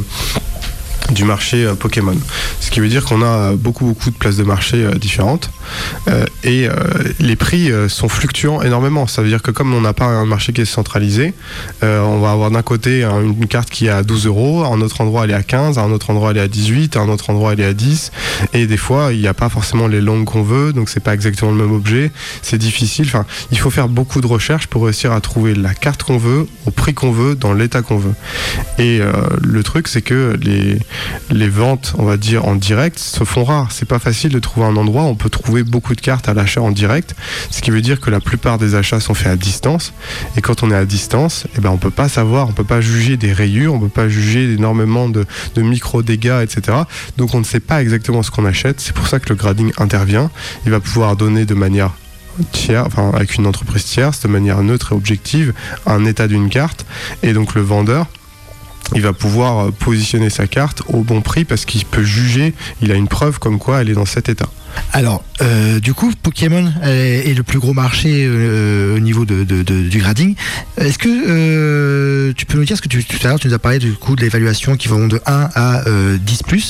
du marché euh, Pokémon. Ce qui veut dire qu'on a beaucoup beaucoup de places de marché euh, différentes euh, et euh, les prix euh, sont fluctuants énormément. Ça veut dire que comme on n'a pas un marché qui est centralisé, euh, on va avoir d'un côté un, une carte qui est à douze euros, à un autre endroit elle est à quinze, à un autre endroit elle est à dix-huit, à un autre endroit elle est à dix et des fois il n'y a pas forcément les langues qu'on veut, donc c'est pas exactement le même objet, c'est difficile. Enfin, il faut faire beaucoup de recherches pour réussir à trouver la carte qu'on veut, au prix qu'on veut, dans l'état qu'on veut. Et euh, le truc c'est que les les ventes, on va dire, en direct se font rares. C'est pas facile de trouver un endroit où on peut trouver beaucoup de cartes à l'achat en direct, ce qui veut dire que la plupart des achats sont faits à distance. Et quand on est à distance, eh ben on peut pas savoir, on peut pas juger des rayures, on peut pas juger énormément de, de micro-dégâts, et cetera. Donc on ne sait pas exactement ce qu'on achète. C'est pour ça que le grading intervient. Il va pouvoir donner de manière tiers, enfin avec une entreprise tierce, de manière neutre et objective, un état d'une carte. Et donc le vendeur, il va pouvoir positionner sa carte au bon prix parce qu'il peut juger, il a une preuve comme quoi elle est dans cet état. Alors, euh, du coup, Pokémon est, est le plus gros marché euh, au niveau de, de, de, du grading. Est-ce que euh, tu peux nous dire, ce que tu, tout à l'heure tu nous as parlé du coup de l'évaluation qui vont de un à euh, dix plus.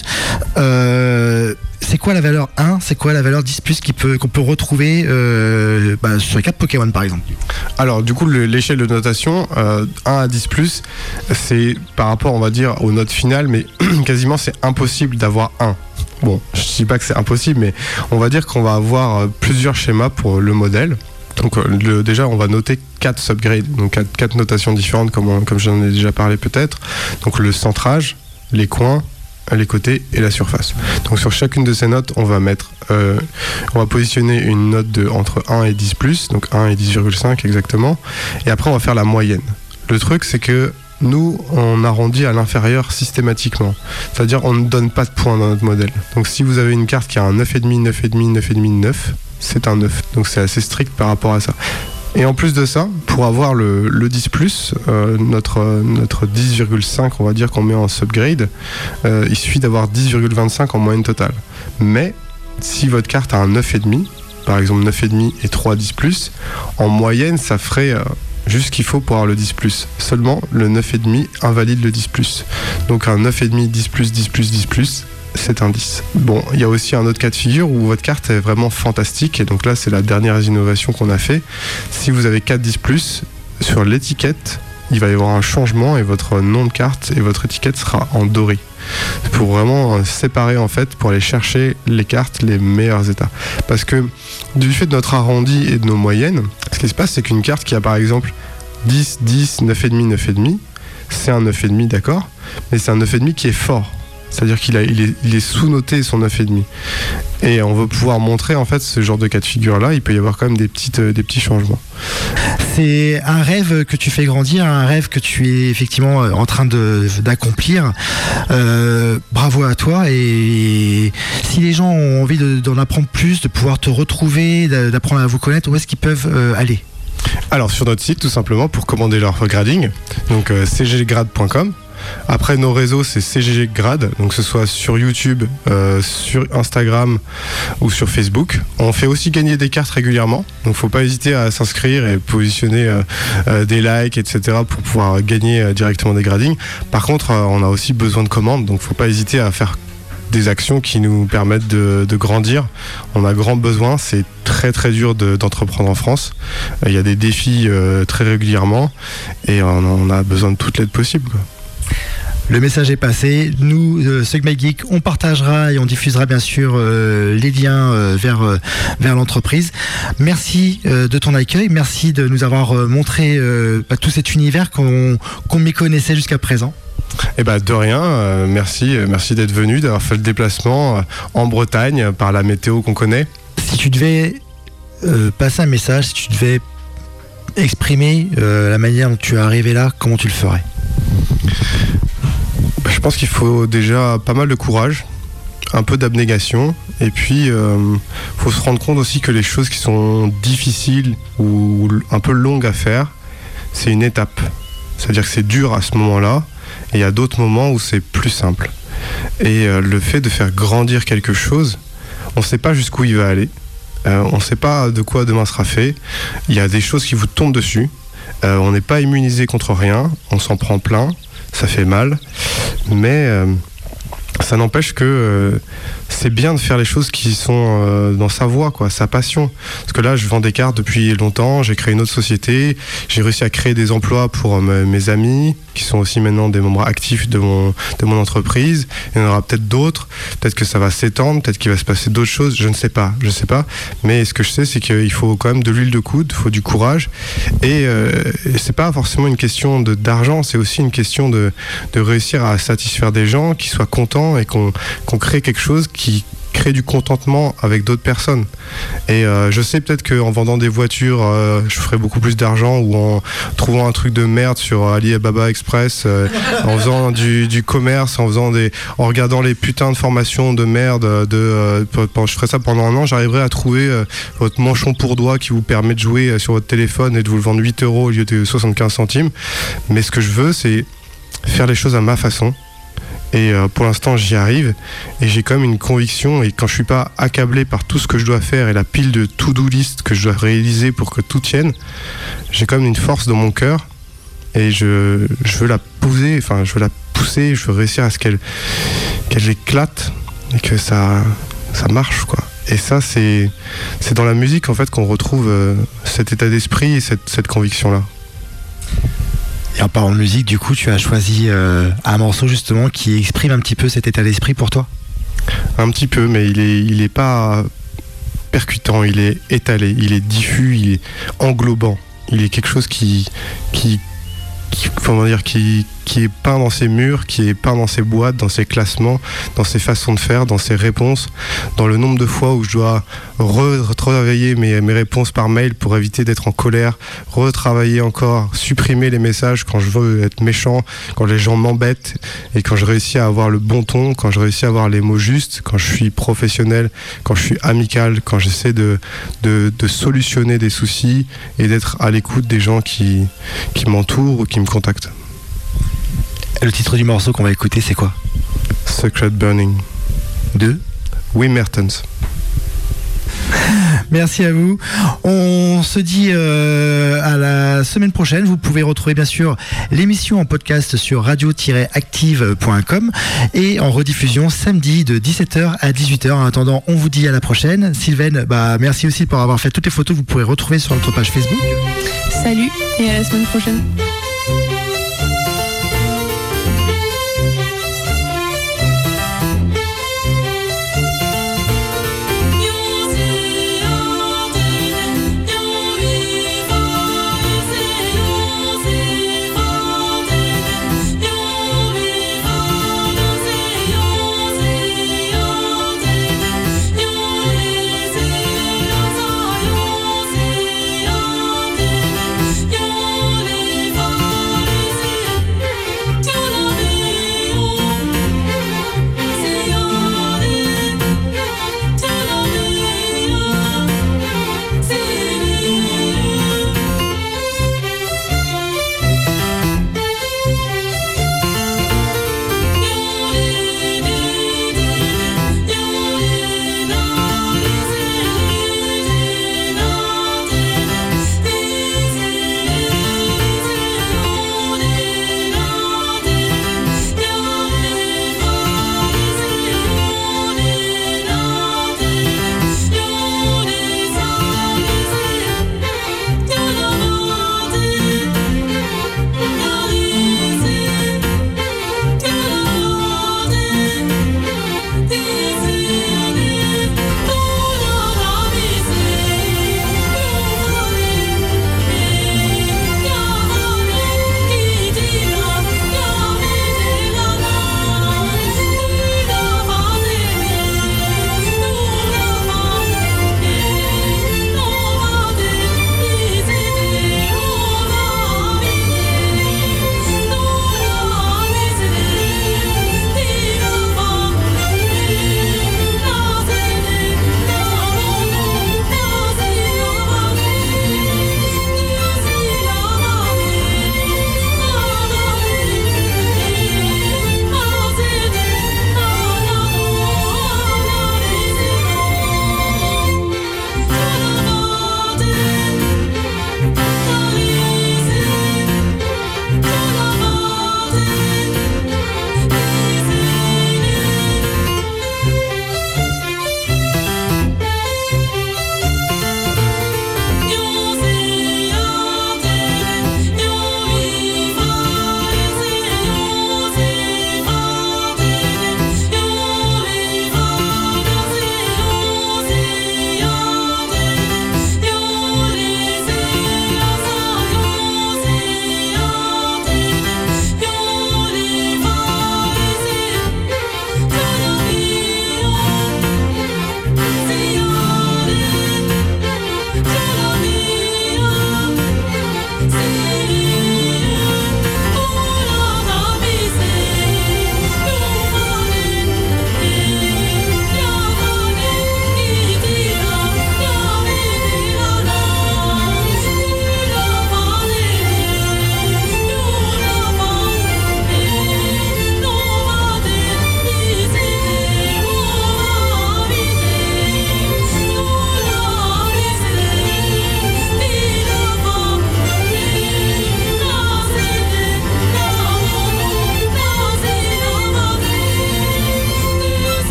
Euh, c'est quoi la valeur un, c'est quoi la valeur dix plus qui peut, qu'on peut retrouver euh, bah, sur les cartes Pokémon par exemple? Alors du coup le, l'échelle de notation euh, un à dix plus, c'est par rapport on va dire aux notes finales, mais quasiment c'est impossible d'avoir un. Bon, je dis pas que c'est impossible, mais on va dire qu'on va avoir euh, plusieurs schémas pour le modèle. Donc euh, le, déjà on va noter quatre subgrades, donc quatre, quatre notations différentes comme, on, comme j'en ai déjà parlé peut-être. Donc le centrage, les coins, les côtés et la surface. Donc sur chacune de ces notes, on va mettre, euh, on va positionner une note de entre un et dix plus, donc un et dix virgule cinq exactement. Et après on va faire la moyenne. Le truc c'est que nous, on arrondit à l'inférieur systématiquement. C'est-à-dire on ne donne pas de points dans notre modèle. Donc si vous avez une carte qui a un neuf virgule cinq, neuf virgule cinq, neuf virgule cinq, neuf, c'est un neuf. Donc c'est assez strict par rapport à ça. Et en plus de ça, pour avoir le, le dix plus, euh, notre, notre dix virgule cinq, on va dire qu'on met en subgrade, euh, il suffit d'avoir dix virgule vingt-cinq en moyenne totale. Mais si votre carte a un neuf virgule cinq, par exemple neuf virgule cinq et trois dix plus, en moyenne ça ferait euh, juste ce qu'il faut pour avoir le dix plus. Seulement le neuf virgule cinq invalide le dix plus. Donc un neuf virgule cinq, dix plus, dix plus, dix plus, c'est un dix. Bon, il y a aussi un autre cas de figure où votre carte est vraiment fantastique, et donc là c'est la dernière innovation qu'on a fait. Si vous avez quatre dix plus, sur l'étiquette, il va y avoir un changement et votre nom de carte et votre étiquette sera en doré. Pour vraiment séparer en fait, pour aller chercher les cartes, les meilleurs états. Parce que du fait de notre arrondi et de nos moyennes, ce qui se passe c'est qu'une carte qui a par exemple dix, dix, neuf virgule cinq, neuf virgule cinq, c'est un neuf virgule cinq d'accord, mais c'est un neuf virgule cinq qui est fort. C'est-à-dire qu'il a, il est, il est sous-noté son neuf virgule cinq. Et on veut pouvoir montrer en fait ce genre de cas de figure-là, il peut y avoir quand même des, petites, des petits changements. C'est un rêve que tu fais grandir, un rêve que tu es effectivement en train de, d'accomplir. Euh, bravo à toi. Et si les gens ont envie de, d'en apprendre plus, de pouvoir te retrouver, d'apprendre à vous connaître, où est-ce qu'ils peuvent euh, aller ? Alors sur notre site tout simplement pour commander leur grading, donc euh, c g grade point com. Après nos réseaux c'est C G G Grade, donc que ce soit sur YouTube, euh, sur Instagram ou sur Facebook. On fait aussi gagner des cartes régulièrement, donc faut pas hésiter à s'inscrire et positionner euh, euh, des likes, et cetera pour pouvoir gagner euh, directement des gradings. Par contre euh, on a aussi besoin de commandes, donc faut pas hésiter à faire des actions qui nous permettent de, de grandir. On a grand besoin, c'est très très dur de, d'entreprendre en France. Il y a des défis euh, très régulièrement et on, on a besoin de toute l'aide possible, quoi. Le message est passé. Nous, euh, Sugma Geek, on partagera et on diffusera bien sûr euh, les liens euh, vers, euh, vers l'entreprise. Merci euh, de ton accueil. Merci de nous avoir euh, montré euh, bah, tout cet univers qu'on, qu'on méconnaissait jusqu'à présent. Eh ben de rien, euh, merci, merci d'être venu, d'avoir fait le déplacement euh, en Bretagne par la météo qu'on connaît. Si tu devais euh, passer un message, si tu devais exprimer euh, la manière dont tu es arrivé là, comment tu le ferais ? Je pense qu'il faut déjà pas mal de courage, un peu d'abnégation, et puis il euh, faut se rendre compte aussi que les choses qui sont difficiles ou un peu longues à faire, c'est une étape. C'est-à-dire que c'est dur à ce moment-là, et il y a d'autres moments où c'est plus simple. Et euh, le fait de faire grandir quelque chose, on ne sait pas jusqu'où il va aller, euh, on ne sait pas de quoi demain sera fait, il y a des choses qui vous tombent dessus, euh, on n'est pas immunisé contre rien, on s'en prend plein, ça fait mal, mais euh, ça n'empêche que euh, c'est bien de faire les choses qui sont euh, dans sa voie, quoi, sa passion. Parce que là, je vends des cartes depuis longtemps, j'ai créé une autre société, j'ai réussi à créer des emplois pour euh, mes amis, qui sont aussi maintenant des membres actifs de mon, de mon entreprise. Il y en aura peut-être d'autres, peut-être que ça va s'étendre, peut-être qu'il va se passer d'autres choses, je ne sais pas, je sais pas. Mais ce que je sais, c'est qu'il faut quand même de l'huile de coude, il faut du courage. Et, euh, et c'est pas forcément une question de, d'argent, c'est aussi une question de, de réussir à satisfaire des gens, qui soient contents et qu'on, qu'on crée quelque chose qui crée du contentement avec d'autres personnes. Et euh, je sais peut-être qu'en vendant des voitures, euh, je ferai beaucoup plus d'argent, ou en trouvant un truc de merde sur Alibaba Express, euh, en faisant du, du commerce, en faisant des, en regardant les putains de formations de merde, de, euh, je ferai ça pendant un an, j'arriverai à trouver euh, votre manchon pour doigt qui vous permet de jouer euh, sur votre téléphone et de vous le vendre huit euros au lieu de soixante-quinze centimes. Mais ce que je veux, c'est faire les choses à ma façon. Et euh, pour l'instant j'y arrive, et j'ai quand même une conviction, et quand je suis pas accablé par tout ce que je dois faire et la pile de to-do list que je dois réaliser pour que tout tienne, j'ai quand même une force dans mon cœur, et je, je veux la pousser, enfin je veux la pousser, je veux réussir à ce qu'elle, qu'elle éclate et que ça, ça marche, quoi. Et ça c'est, c'est dans la musique en fait qu'on retrouve euh, cet état d'esprit et cette, cette conviction là. Et en parlant de musique, du coup, tu as choisi euh, un morceau justement qui exprime un petit peu cet état d'esprit pour toi ? Un petit peu, mais il est, il est pas percutant, il est étalé, il est diffus, il est englobant. Il est quelque chose qui, qui, qui comment dire, qui, qui est peint dans ses murs, qui est peint dans ses boîtes, dans ses classements, dans ses façons de faire, dans ses réponses, dans le nombre de fois où je dois retravailler mes, mes réponses par mail pour éviter d'être en colère, retravailler encore, supprimer les messages quand je veux être méchant, quand les gens m'embêtent, et quand je réussis à avoir le bon ton, quand je réussis à avoir les mots justes, quand je suis professionnel, quand je suis amical, quand j'essaie de, de, de solutionner des soucis et d'être à l'écoute des gens qui, qui m'entourent ou qui me contactent. Le titre du morceau qu'on va écouter, c'est quoi ? Secret Burning. De Wim Mertens. Merci à vous. On se dit euh, à la semaine prochaine. Vous pouvez retrouver bien sûr l'émission en podcast sur radio tiret active point com et en rediffusion samedi de dix-sept heures à dix-huit heures. En attendant, on vous dit à la prochaine. Sylvaine, bah, merci aussi pour avoir fait toutes les photos que vous pourrez retrouver sur notre page Facebook. Salut et à la semaine prochaine.